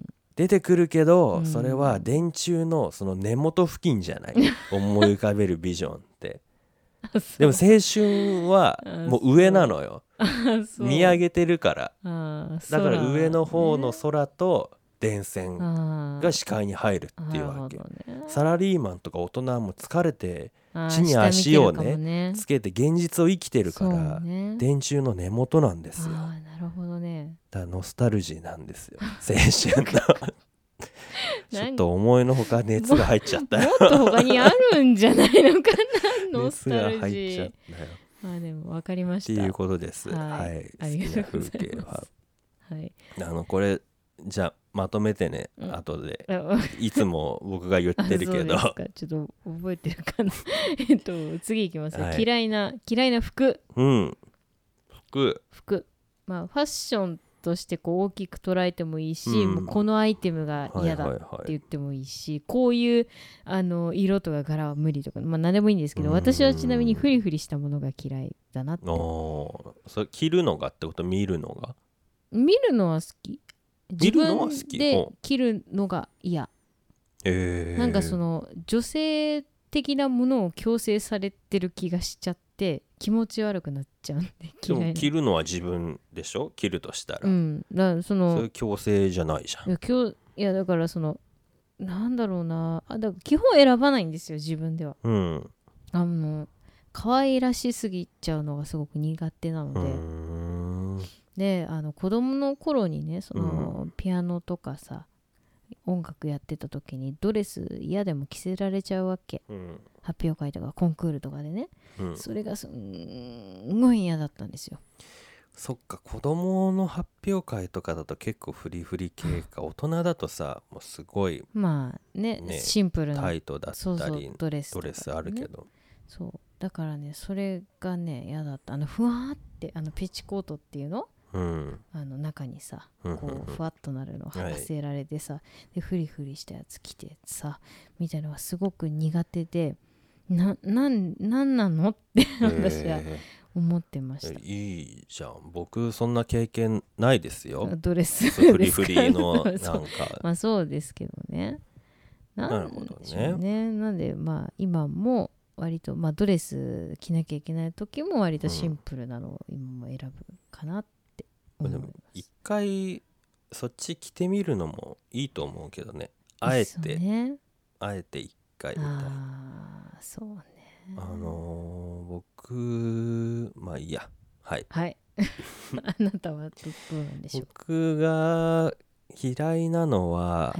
出てくるけど、うん、それは電柱のその根元付近じゃない思い浮かべるビジョンってでも青春はもう上なのよ見上げてるから。だから上の方の空と電線が視界に入るっていうわけ、ね、サラリーマンとか大人も疲れて地に足を ね, ねつけて現実を生きてるから、ね、電柱の根元なんですよ。 あ、なるほどね。 だからノスタルジーなんですよ青春のちょっと思いのほか熱が入っちゃったよもっと他にあるんじゃないのかなノスタルジー。熱が入っちゃったよ。まあでも分かりましたっていうことです。はい、はい、好きな風景は、はい、あのこれじゃあまとめてね、うん、後でいつも僕が言ってるけどそうですか、ちょっと覚えてるかなえっと次いきます、はい、嫌いな嫌いな服、 うん、服服まあファッションとしてこう大きく捉えてもいいし、うん、もうこのアイテムが嫌だって言ってもいいし、はいはいはい、こういうあの色とか柄は無理とか、まあ何でもいいんですけど、私はちなみにフリフリしたものが嫌いだなって。あ、 それ着るのがってこと？見るのが？ 見るのは好き。自分で着るのが嫌。えー、なんかその女性的なものを強制されてる気がしちゃって気持ち悪くなっちゃうんで嫌いな。でも着るのは自分でしょ？着るとしたら、 うん、だからそのそれ強制じゃないじゃん。 いや、いやだからそのなんだろうなあ、だから基本選ばないんですよ自分では、うん、あの可愛らしすぎちゃうのがすごく苦手なので、うーんであの子供の頃にねその、うん、ピアノとかさ音楽やってた時にドレス嫌でも着せられちゃうわけ、うん、発表会とかコンクールとかでね、うん、それがすんごい嫌だったんですよ。 そっか、子供の発表会とかだと結構フリフリ系か、大人だとさもうすごいまあ ね, ねシンプルなタイトだったりそうそうドレス、ね、ドレスあるけど、 そうだからねそれがね嫌だった。あのふわーってあのペチコートっていうの、うん、あの中にさこうふわっとなるのを履かせられてさ、はい、でフリフリしたやつ着てさみたいなのがすごく苦手で、な、なん、なんなのって私は思ってました。 いいじゃん。僕そんな経験ないですよ。 ドレスフリフリのなんかまあそうですけどね。なるほどね。ねなんでまあ今も割と、まあ、ドレス着なきゃいけない時も割とシンプルなのを今も選ぶかなって思います。でも一回そっち着てみるのもいいと思うけどね。あえて、ね、あえて一回みたいな。 ああそうね。 あのー、僕まあいいやはいはいあなたは ど, どうなんでしょう。 僕が嫌いなのは、はい、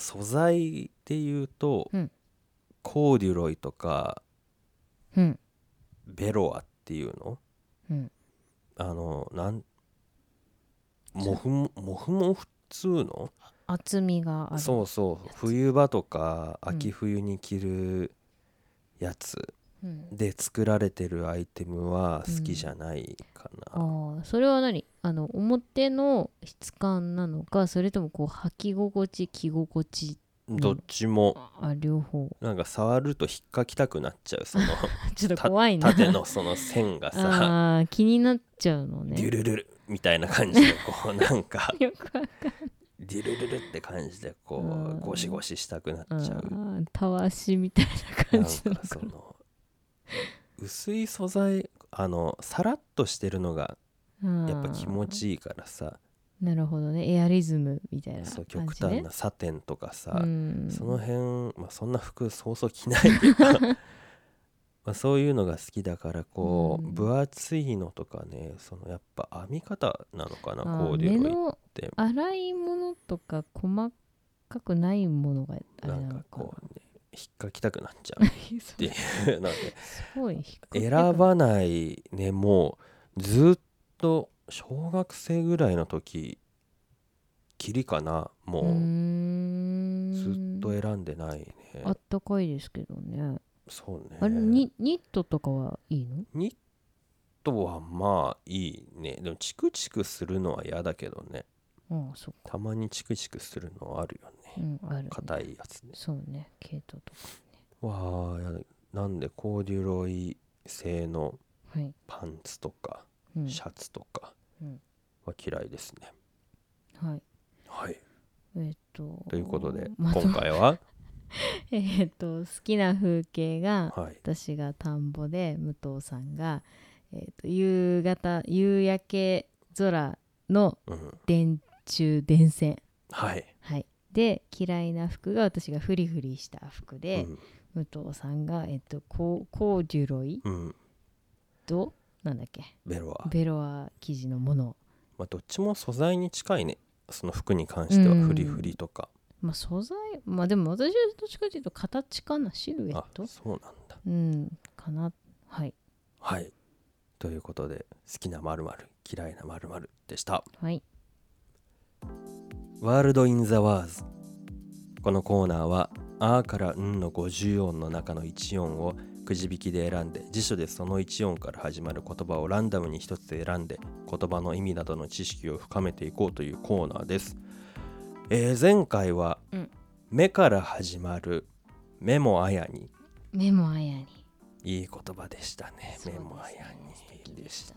素材っていうと、 うん、 コーデュロイとか、 うん、 ベロアっていうの、 うん、 あのなんモフモモフモフっつうの、 厚みがある。 そうそう冬場とか秋冬に着るやつで作られてるアイテムは好きじゃないかな、 うん、ああ、それは何、あの表の質感なのか、それともこう履き心地着心地、 どっちも。 あ、両方。 なんか触ると引っかきたくなっちゃう、そのちょっと怖いな。 縦のその線がさ、 あ、気になっちゃうのね。 デュルルルみたいな感じでこうなんかよくわかんない。 デュルルルって感じでこうゴシゴシしたくなっちゃう。 たわしみたいな感じなのかな。 なんかその薄い素材、あのサラッとしてるのがやっぱ気持ちいいからさ。 なるほどね、エアリズムみたいな感じ、ね、 そう極端なサテンとかさ、 うん、 その辺、まあ、そんな服そうそう着ないけどまあそういうのが好きだからこう、うん、分厚いのとかね、そのやっぱ編み方なのかな、コーデュロイって。 洗い物とか細かくないものがあれなのかな。なんかこうね、 引っかきたくなっちゃうっていうのですごい選ばないね。もうずっと小学生ぐらいの時きりかな、もう、うーん、ずっと選んでないね。 あったかいですけどね。 そうね。 あれニ、ニットとかはいいの？ ニットはまあいいね。でもチクチクするのは嫌だけどね。 ああ、そっか。 たまにチクチクするのあるよね。うん、あるね。硬いやつね。 そうね、毛糸とかね。 わあ、なんでコーデュロイ製のパンツとか、はい、シャツとかは嫌いですね。 はい。 はい。 えっとということで、ま、今回はえっと好きな風景が、 はい、 私が田んぼで、武藤さんが、えー、と夕方夕焼け空の電柱電線、 うん、はい、 はい、で嫌いな服が、私がフリフリした服で、うん、武藤さんが、えっと、コ, コーデュロイ、うん、となんだっけ、 ベロアベロア生地のもの、 まあ、どっちも素材に近いね。その服に関してはフリフリとか、 うん、まあ素材、まあでも私はどっちかというと形かな、シルエット。 あ、そうなんだ。 うんかな。はいはいということで、好きな〇〇嫌いな〇〇でした。 はい。 ワールドインザワーズ。このコーナーはあーからんのごじゅう音の中のいち音をくじ引きで選んで、辞書でそのいち音から始まる言葉をランダムに一つ選んで、言葉の意味などの知識を深めていこうというコーナーです。えー、前回は、うん、目から始まる目もあやに。 目もあやに、 いい言葉でしたね。目もあやにでした。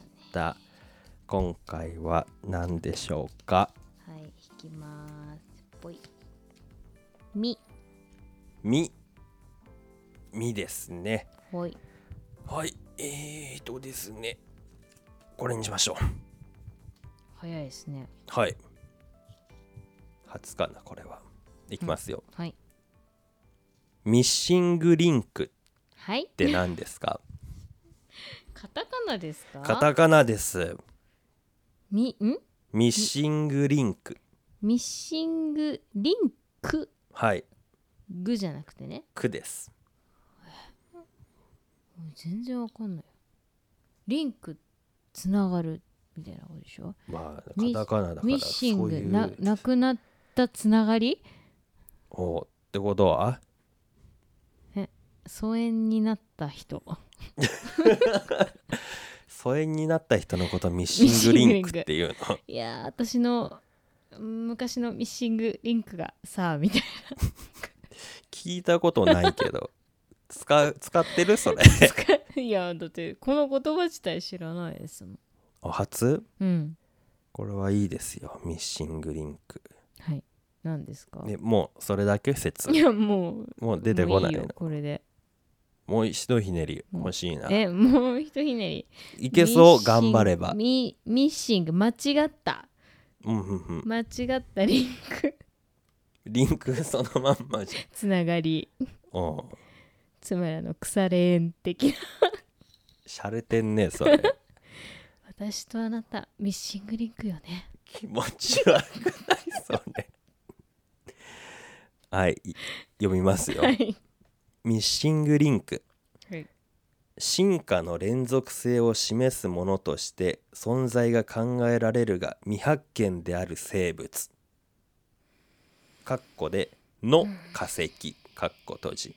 今回は何でしょうか。 はい、引きます。ぽい。み。 み。みですね。 はい。 はい。えーとですね。これにしましょう。 早いですね。 はい。初かな、これは。いきますよ。 うん、はい。 ミッシングリンクって何ですか？ はい、カタカナですか？ カタカナです。 み、ん？ ミッシングリンク。 ミッシングリンク。 はい。 グじゃなくてね。 クです。 全然わかんない。リンクつながるみたいなことでしょ。 まあカタカナだから、 ミッシングな、なくなったつながり。 おってことは、 え、疎遠になった人。 疎遠になった人のことをミッシングリンクっていうの。 いやー、私の昔のミッシングリンクがさあみたいな。 聞いたことないけど使う使ってるそれ。 いやだってこの言葉自体知らないですもん。 お初？ うん。 これはいいですよ、ミッシングリンク。 はい。何ですか？ ね、もうそれだけ説。 いやもうもう出てこないの。 もういいよこれで。 もう一ひねり欲しいな。 え、もう一ひねり。 いけそう、頑張れば。 ミミッシング間違った。 うんうんうん。 間違ったリンク。 リンクそのまんまじゃん。 つながり。 おう。 つまりあの腐れ縁的な。 しゃれてんねそれ。 私とあなたミッシングリンクよね。 気持ち悪くないそれ。 はい読みますよ、はい、ミッシングリンク、はい、進化の連続性を示すものとして存在が考えられるが未発見である生物（括弧での化石括弧閉じ）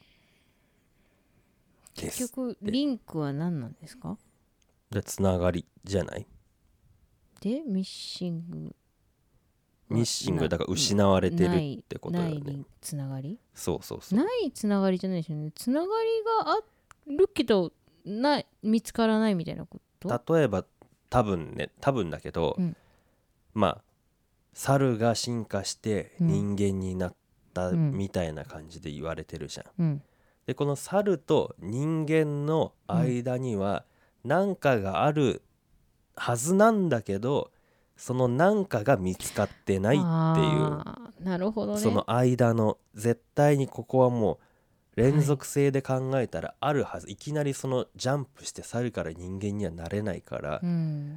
結局リンクは何なんですか？ でつながりじゃない？ でミッシングミッシングだから失われてるってことだよね。 ないつながり？ そうそうそう。 ないつながりじゃないですよね。つながりがあるけどない見つからないみたいなこと？ 例えば多分ね多分だけど、うん、まあ猿が進化して人間になったみたいな感じで言われてるじゃん、うん、でこの猿と人間の間には何かがあるはずなんだけど、その何かが見つかってないっていう、 あ、なるほどね、 その間の絶対にここはもう連続性で考えたらあるはず、はい、いきなりそのジャンプして猿から人間にはなれないから、うん、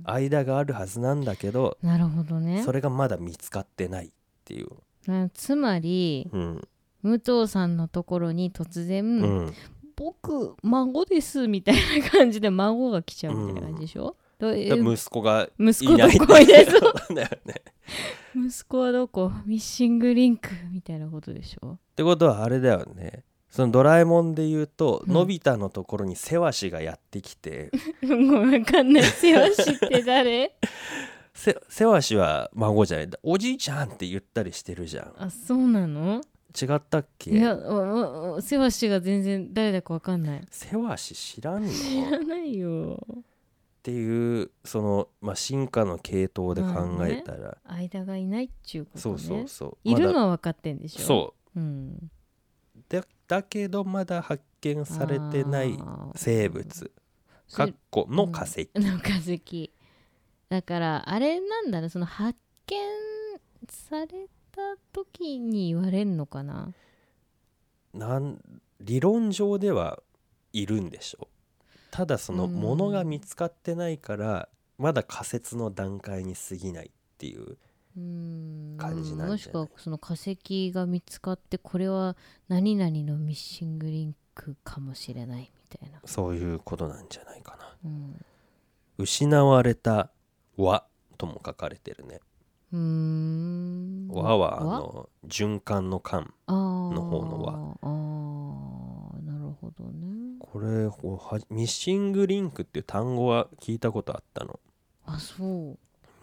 間があるはずなんだけど、 なるほどね、 それがまだ見つかってないっていう、 つまり、うん、武藤さんのところに突然、うん、僕孫ですみたいな感じで孫が来ちゃうみたいな感じでしょ、 うん、息子がいない息子どこいでそうだよね息子はどこミッシングリンクみたいなことでしょ。 ってことはあれだよね、そのドラえもんで言うと、うん、のび太のところにせわしがやってきてごめんわかんない、せわしって誰せ, せわしは孫じゃない、おじいちゃんって言ったりしてるじゃん。 あ、そうなの？ 違ったっけ？ いや、せわしが全然誰だかわかんない。 せわし知らんの？ 知らないよっていうその、まあ、進化の系統で考えたら、ね、 間がいないっちゅうことね。 そうそうそう、 いるのは分かってんでしょ。 そう、うん、でだけどまだ発見されてない生物かっこの化石、 うん、の化石だからあれなんだね、その発見された時に言われんのかな。 なん理論上ではいるんでしょう。ただそのものが見つかってないからまだ仮説の段階に過ぎないっていう感じなんじゃない？ もしくはその化石が見つかってこれは何々のミッシングリンクかもしれないみたいな、 そういうことなんじゃないかな、うん、失われた輪とも書かれてるね。うーん、輪はあの循環の環の方の輪。 ああ、なるほどね。 これミッシングリンクっていう単語は聞いたことあったの。 あ、そう。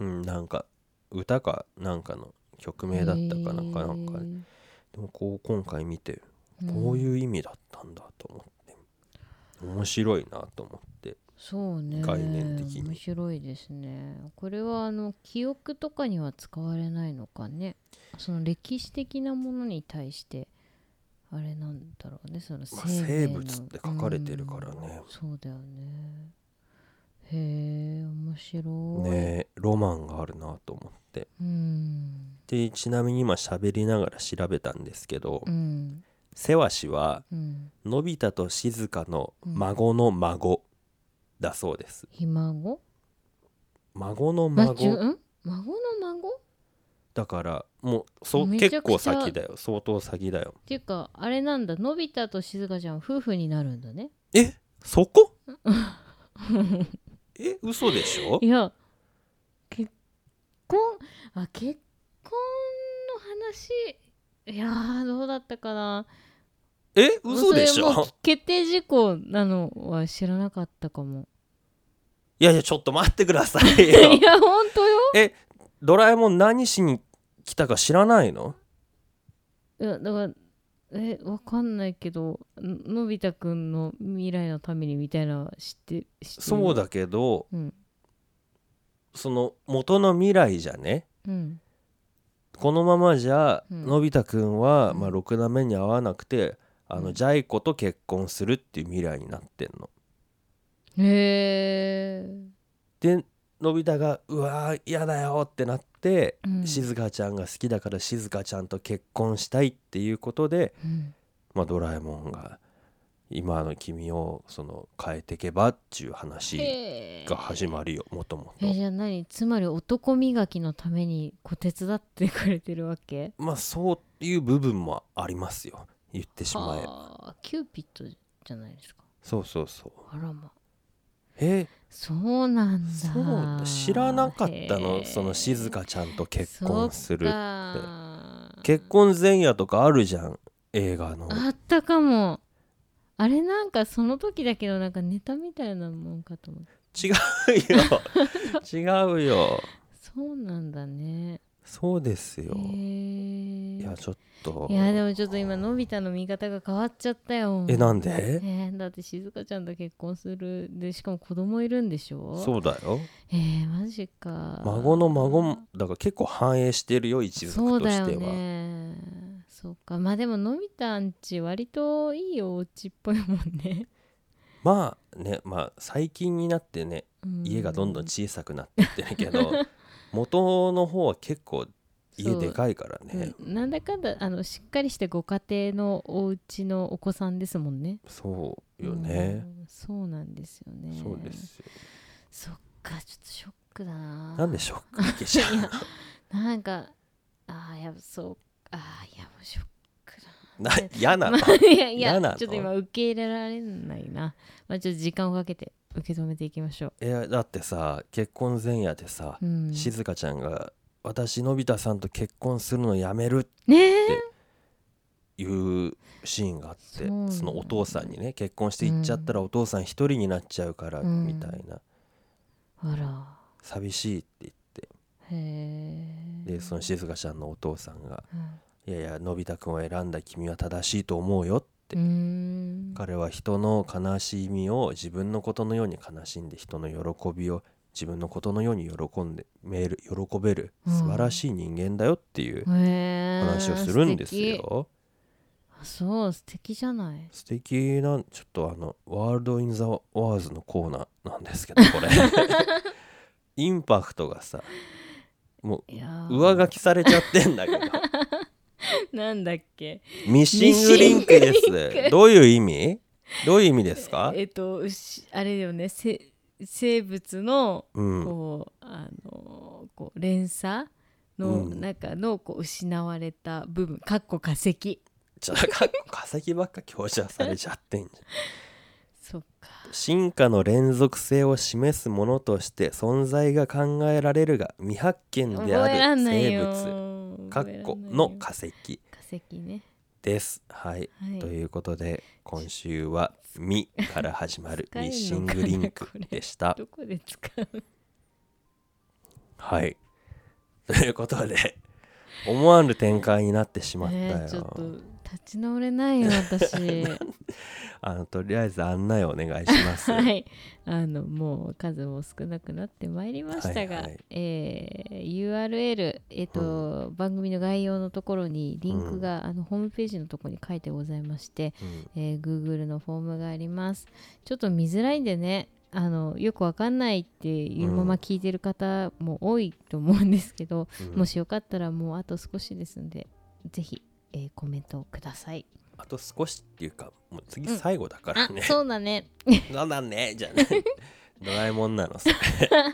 うん、なんか歌かなんかの曲名だったかなんかなんか、ね、でもこう今回見てこういう意味だったんだと思って、うん、面白いなと思って。 そうね、 概念的に面白いですね。これはあの記憶とかには使われないのかね。その歴史的なものに対してあれなんだろうね、その生命の、まあ、 生物って書かれてるからね、 うん、そうだよね。へえ、面白いね。ロマンがあるなと思って、うん、でちなみに今喋りながら調べたんですけど、うん、せわしは、うん、のび太としずかの孫の孫だそうです。 ひ孫？ 孫の孫、 ま、ん孫の孫だからもうそ結構先だよ、相当先だよ。 っていうかあれなんだ、のび太としずかちゃん夫婦になるんだね。 え、そこえ、嘘でしょ。 いや結婚あ結婚の話、いやーどうだったかな。 え、嘘でしょ。もう決定事項なのは知らなかったかも。 いやいやちょっと待ってくださいよいや本当よ。 え、ドラえもん何しに来たか知らないの？ いやだからえわかんないけど、のび太くんの未来のためにみたいな知って知ってそうだけど、うん、その元の未来じゃね、うん、このままじゃ、うん、のび太くんは、まあ、ろくな目に遭わなくて、うん、あのジャイ子と結婚するっていう未来になってんの。 へー。 でのび太がうわー嫌だよってなって、うん、しずかちゃんが好きだからしずかちゃんと結婚したいっていうことで、うん、まあ、ドラえもんが今の君をその変えていけばっていう話が始まるよ、もともと。 じゃあ何、つまり男磨きのためにこう手伝ってくれてるわけ？ まあそういう部分もありますよ、言ってしまえば。 キューピッドじゃないですか。 そうそうそう。 あらま。 えそうなんだ。 そう知らなかったの、その静香ちゃんと結婚するって。結婚前夜とかあるじゃん、映画の。 あったかも。あれなんかその時だけどなんかネタみたいなもんかと思って。 違うよ違うよ。 そうなんだね。 そうですよ。いやちょっといやでもちょっと今のび太の見方が変わっちゃったよ。 えなんで？ えー、だって静香ちゃんと結婚するで、しかも子供いるんでしょ。 そうだよ。 えー、マジか。 孫の孫もだから結構反映してるよ、一族としては。 そうだよね。そうか。まあでものび太んち割といいお家っぽいもんね。 まあね、まあ最近になってね、家がどんどん小さくなってってるけど元の方は結構家でかいからね、 うん、なんだかんだあのしっかりしてご家庭のお家のお子さんですもんね。 そうよね、 うん、そうなんですよね。 そうですよ。 そっか、ちょっとショックだな。 なんでショック受けちゃうのなんかああやそうああやもうショックだな嫌なの、 まあ、いやいや嫌なのちょっと今受け入れられないな。まあちょっと時間をかけて受け止めていきましょう。 えだってさ、結婚前夜でさ、うん、静香ちゃんが私のび太さんと結婚するのやめるっていうシーンがあって、ね、そのお父さんにね、結婚して行っちゃったらお父さん一人になっちゃうからみたいな、 うん、あら寂しいって言って、へでその静香ちゃんのお父さんが、うん、いやいやのび太くんを選んだ君は正しいと思うよって、うーん、彼は人の悲しみを自分のことのように悲しんで、人の喜びを自分のことのように喜んでめる喜べる素晴らしい人間だよっていう話をするんですよ。 あ、そう素敵じゃない。 素敵な、ちょっとあのワールドインザワーズのコーナーなんですけどこれインパクトがさもう上書きされちゃってんだけどなんだっけ、 ミッシングリンクです。どういう意味どういう意味ですか？ えっとあれだよね、せ生物のこう、うん、あのこう連鎖の中のこう失われた部分、かっこ化石。 じゃあかっこ化石ばっか強調されちゃってんじゃんそっか。 進化の連続性を示すものとして存在が考えられるが未発見である生物かっこの化石化石ねです。はい、はい、ということで今週は「み」から始まるミッシングリンクでした。 どこで使う？ はい、ということで思わぬ展開になってしまったよ、えー、 ちょっと立ち直れないよ私あのとりあえず案内をお願いしますはい、あのもう数も少なくなってまいりましたが、はいはい、えー、ユーアールエル、えーとうん、番組の概要のところにリンクが、うん、あのホームページのところに書いてございまして、うん、えー、Google のフォームがあります。ちょっと見づらいんでね、あのよくわかんないっていうまま聞いてる方も多いと思うんですけど、うん、もしよかったらもうあと少しですのでぜひ、えー、コメントください。 あと少しっていうかもう次最後だからね、 うん、そうだねそうだねじゃねドラえもんなのそれい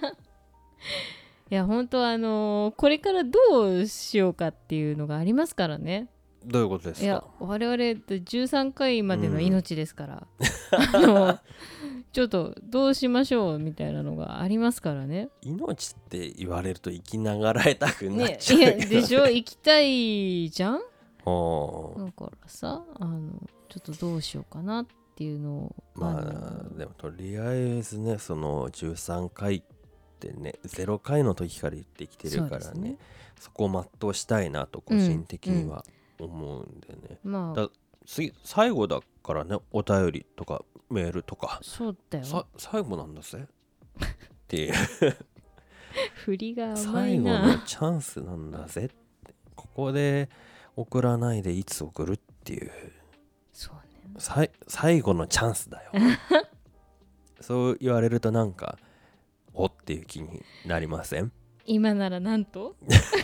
や本当あのー、これからどうしようかっていうのがありますからね。 どういうことですか？ いや我々じゅうさんかいまでの命ですから、うん、あのちょっとどうしましょうみたいなのがありますからね。 命って言われると生きながらえたくなっちゃうけど、ね、 いやでしょ、生きたいじゃん。だからさあのちょっとどうしようかなっていうのをまあでもとりあえずねそのじゅうさんかいってねゼロかいの時から言ってきてるから ね, ねそこを全うしたいなと個人的には思うんでね、うんうん、だ次最後だからねお便りとかメールとかそうだよさ最後なんだぜっていう振りが甘いな、 最後のチャンスなんだぜってここで送らないでいつ送るっていう、 そうね、 さ最後のチャンスだよそう言われるとなんかおっていう気になりません？ 今ならなんと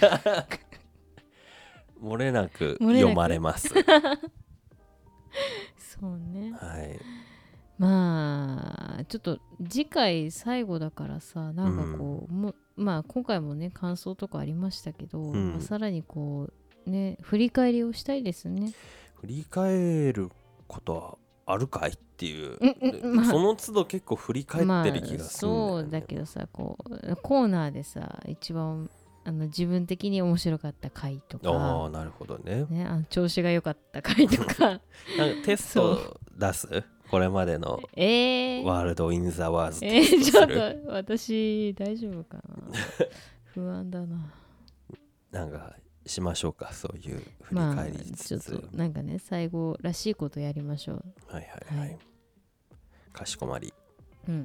漏れなく読まれますそうね、 はい、まあちょっと次回最後だからさなんかこう、うん、もまあ今回もね感想とかありましたけど、うんまあ、さらにこうね振り返りをしたいですね。 振り返ることはあるかいっていう、 うんうんまあ、 その都度結構振り返ってる気がするんだよね、 まあ、そうだけどさこうコーナーでさ一番あの自分的に面白かった回とか、 ああなるほど ね, ねあの調子が良かった回とかなんかテスト出すこれまでのワールドインザワーズテストする、 えー、ちょっと私大丈夫かな不安だな。 なんかしましょうか、そういう振り返りつつ、 まあ、ちょっとなんかね最後らしいことやりましょう。 はいはいはい、はい、かしこまり。 うん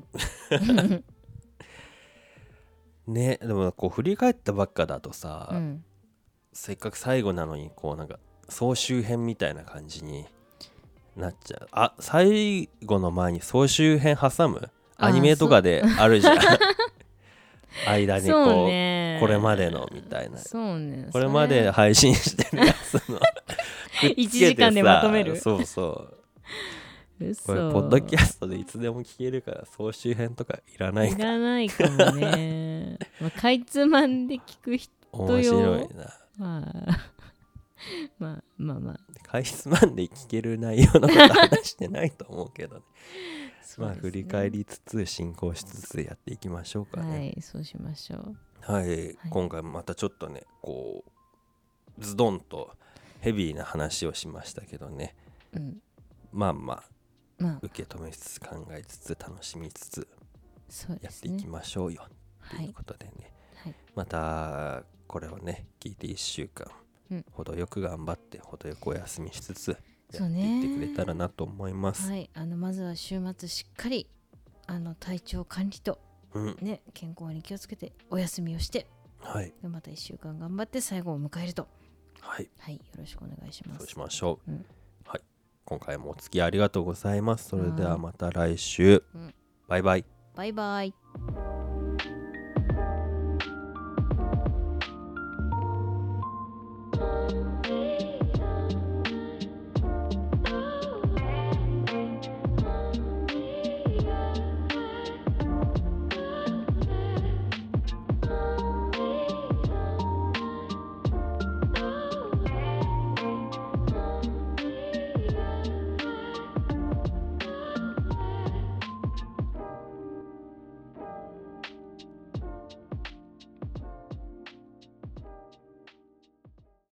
ね、でもこう振り返ったばっかだとさ、 うん、 せっかく最後なのにこうなんか総集編みたいな感じになっちゃう。あ、最後の前に総集編挟むアニメとかであるじゃん間にこう、ね、これまでのみたいな、 そうね、 これまで配信してるやつのいちじかんでまとめる。 そうそうこれポッドキャストでいつでも聞けるから総集編とかいらないかいらないかもねまあかいつまんで聞く人よ面白いな、 まあ、まあまあまあかいつまんで聞ける内容のこと話してないと思うけどねまあ振り返りつつ進行しつつやっていきましょうかね。 はいそうしましょう。 はい、はい、 はい、 今回またちょっとねこうズドンとヘビーな話をしましたけどね、うん、まあまあまあ、受け止めつつ考えつつ楽しみつつやっていきましょうよと、ね、いうことでね、はい、またこれをね聞いていっしゅうかん、うん、程よく頑張って程よくお休みしつつやっていってくれたらなと思います。 はい、あのまずは週末しっかりあの体調管理と、うんね、健康に気をつけてお休みをして、はい、でまたいっしゅうかん頑張って最後を迎えると、はい、はい、よろしくお願いします。 そうしましょう、うんはい、今回もお付き合いありがとうございます。それではまた来週、うん、バイバイ。 バイバイ。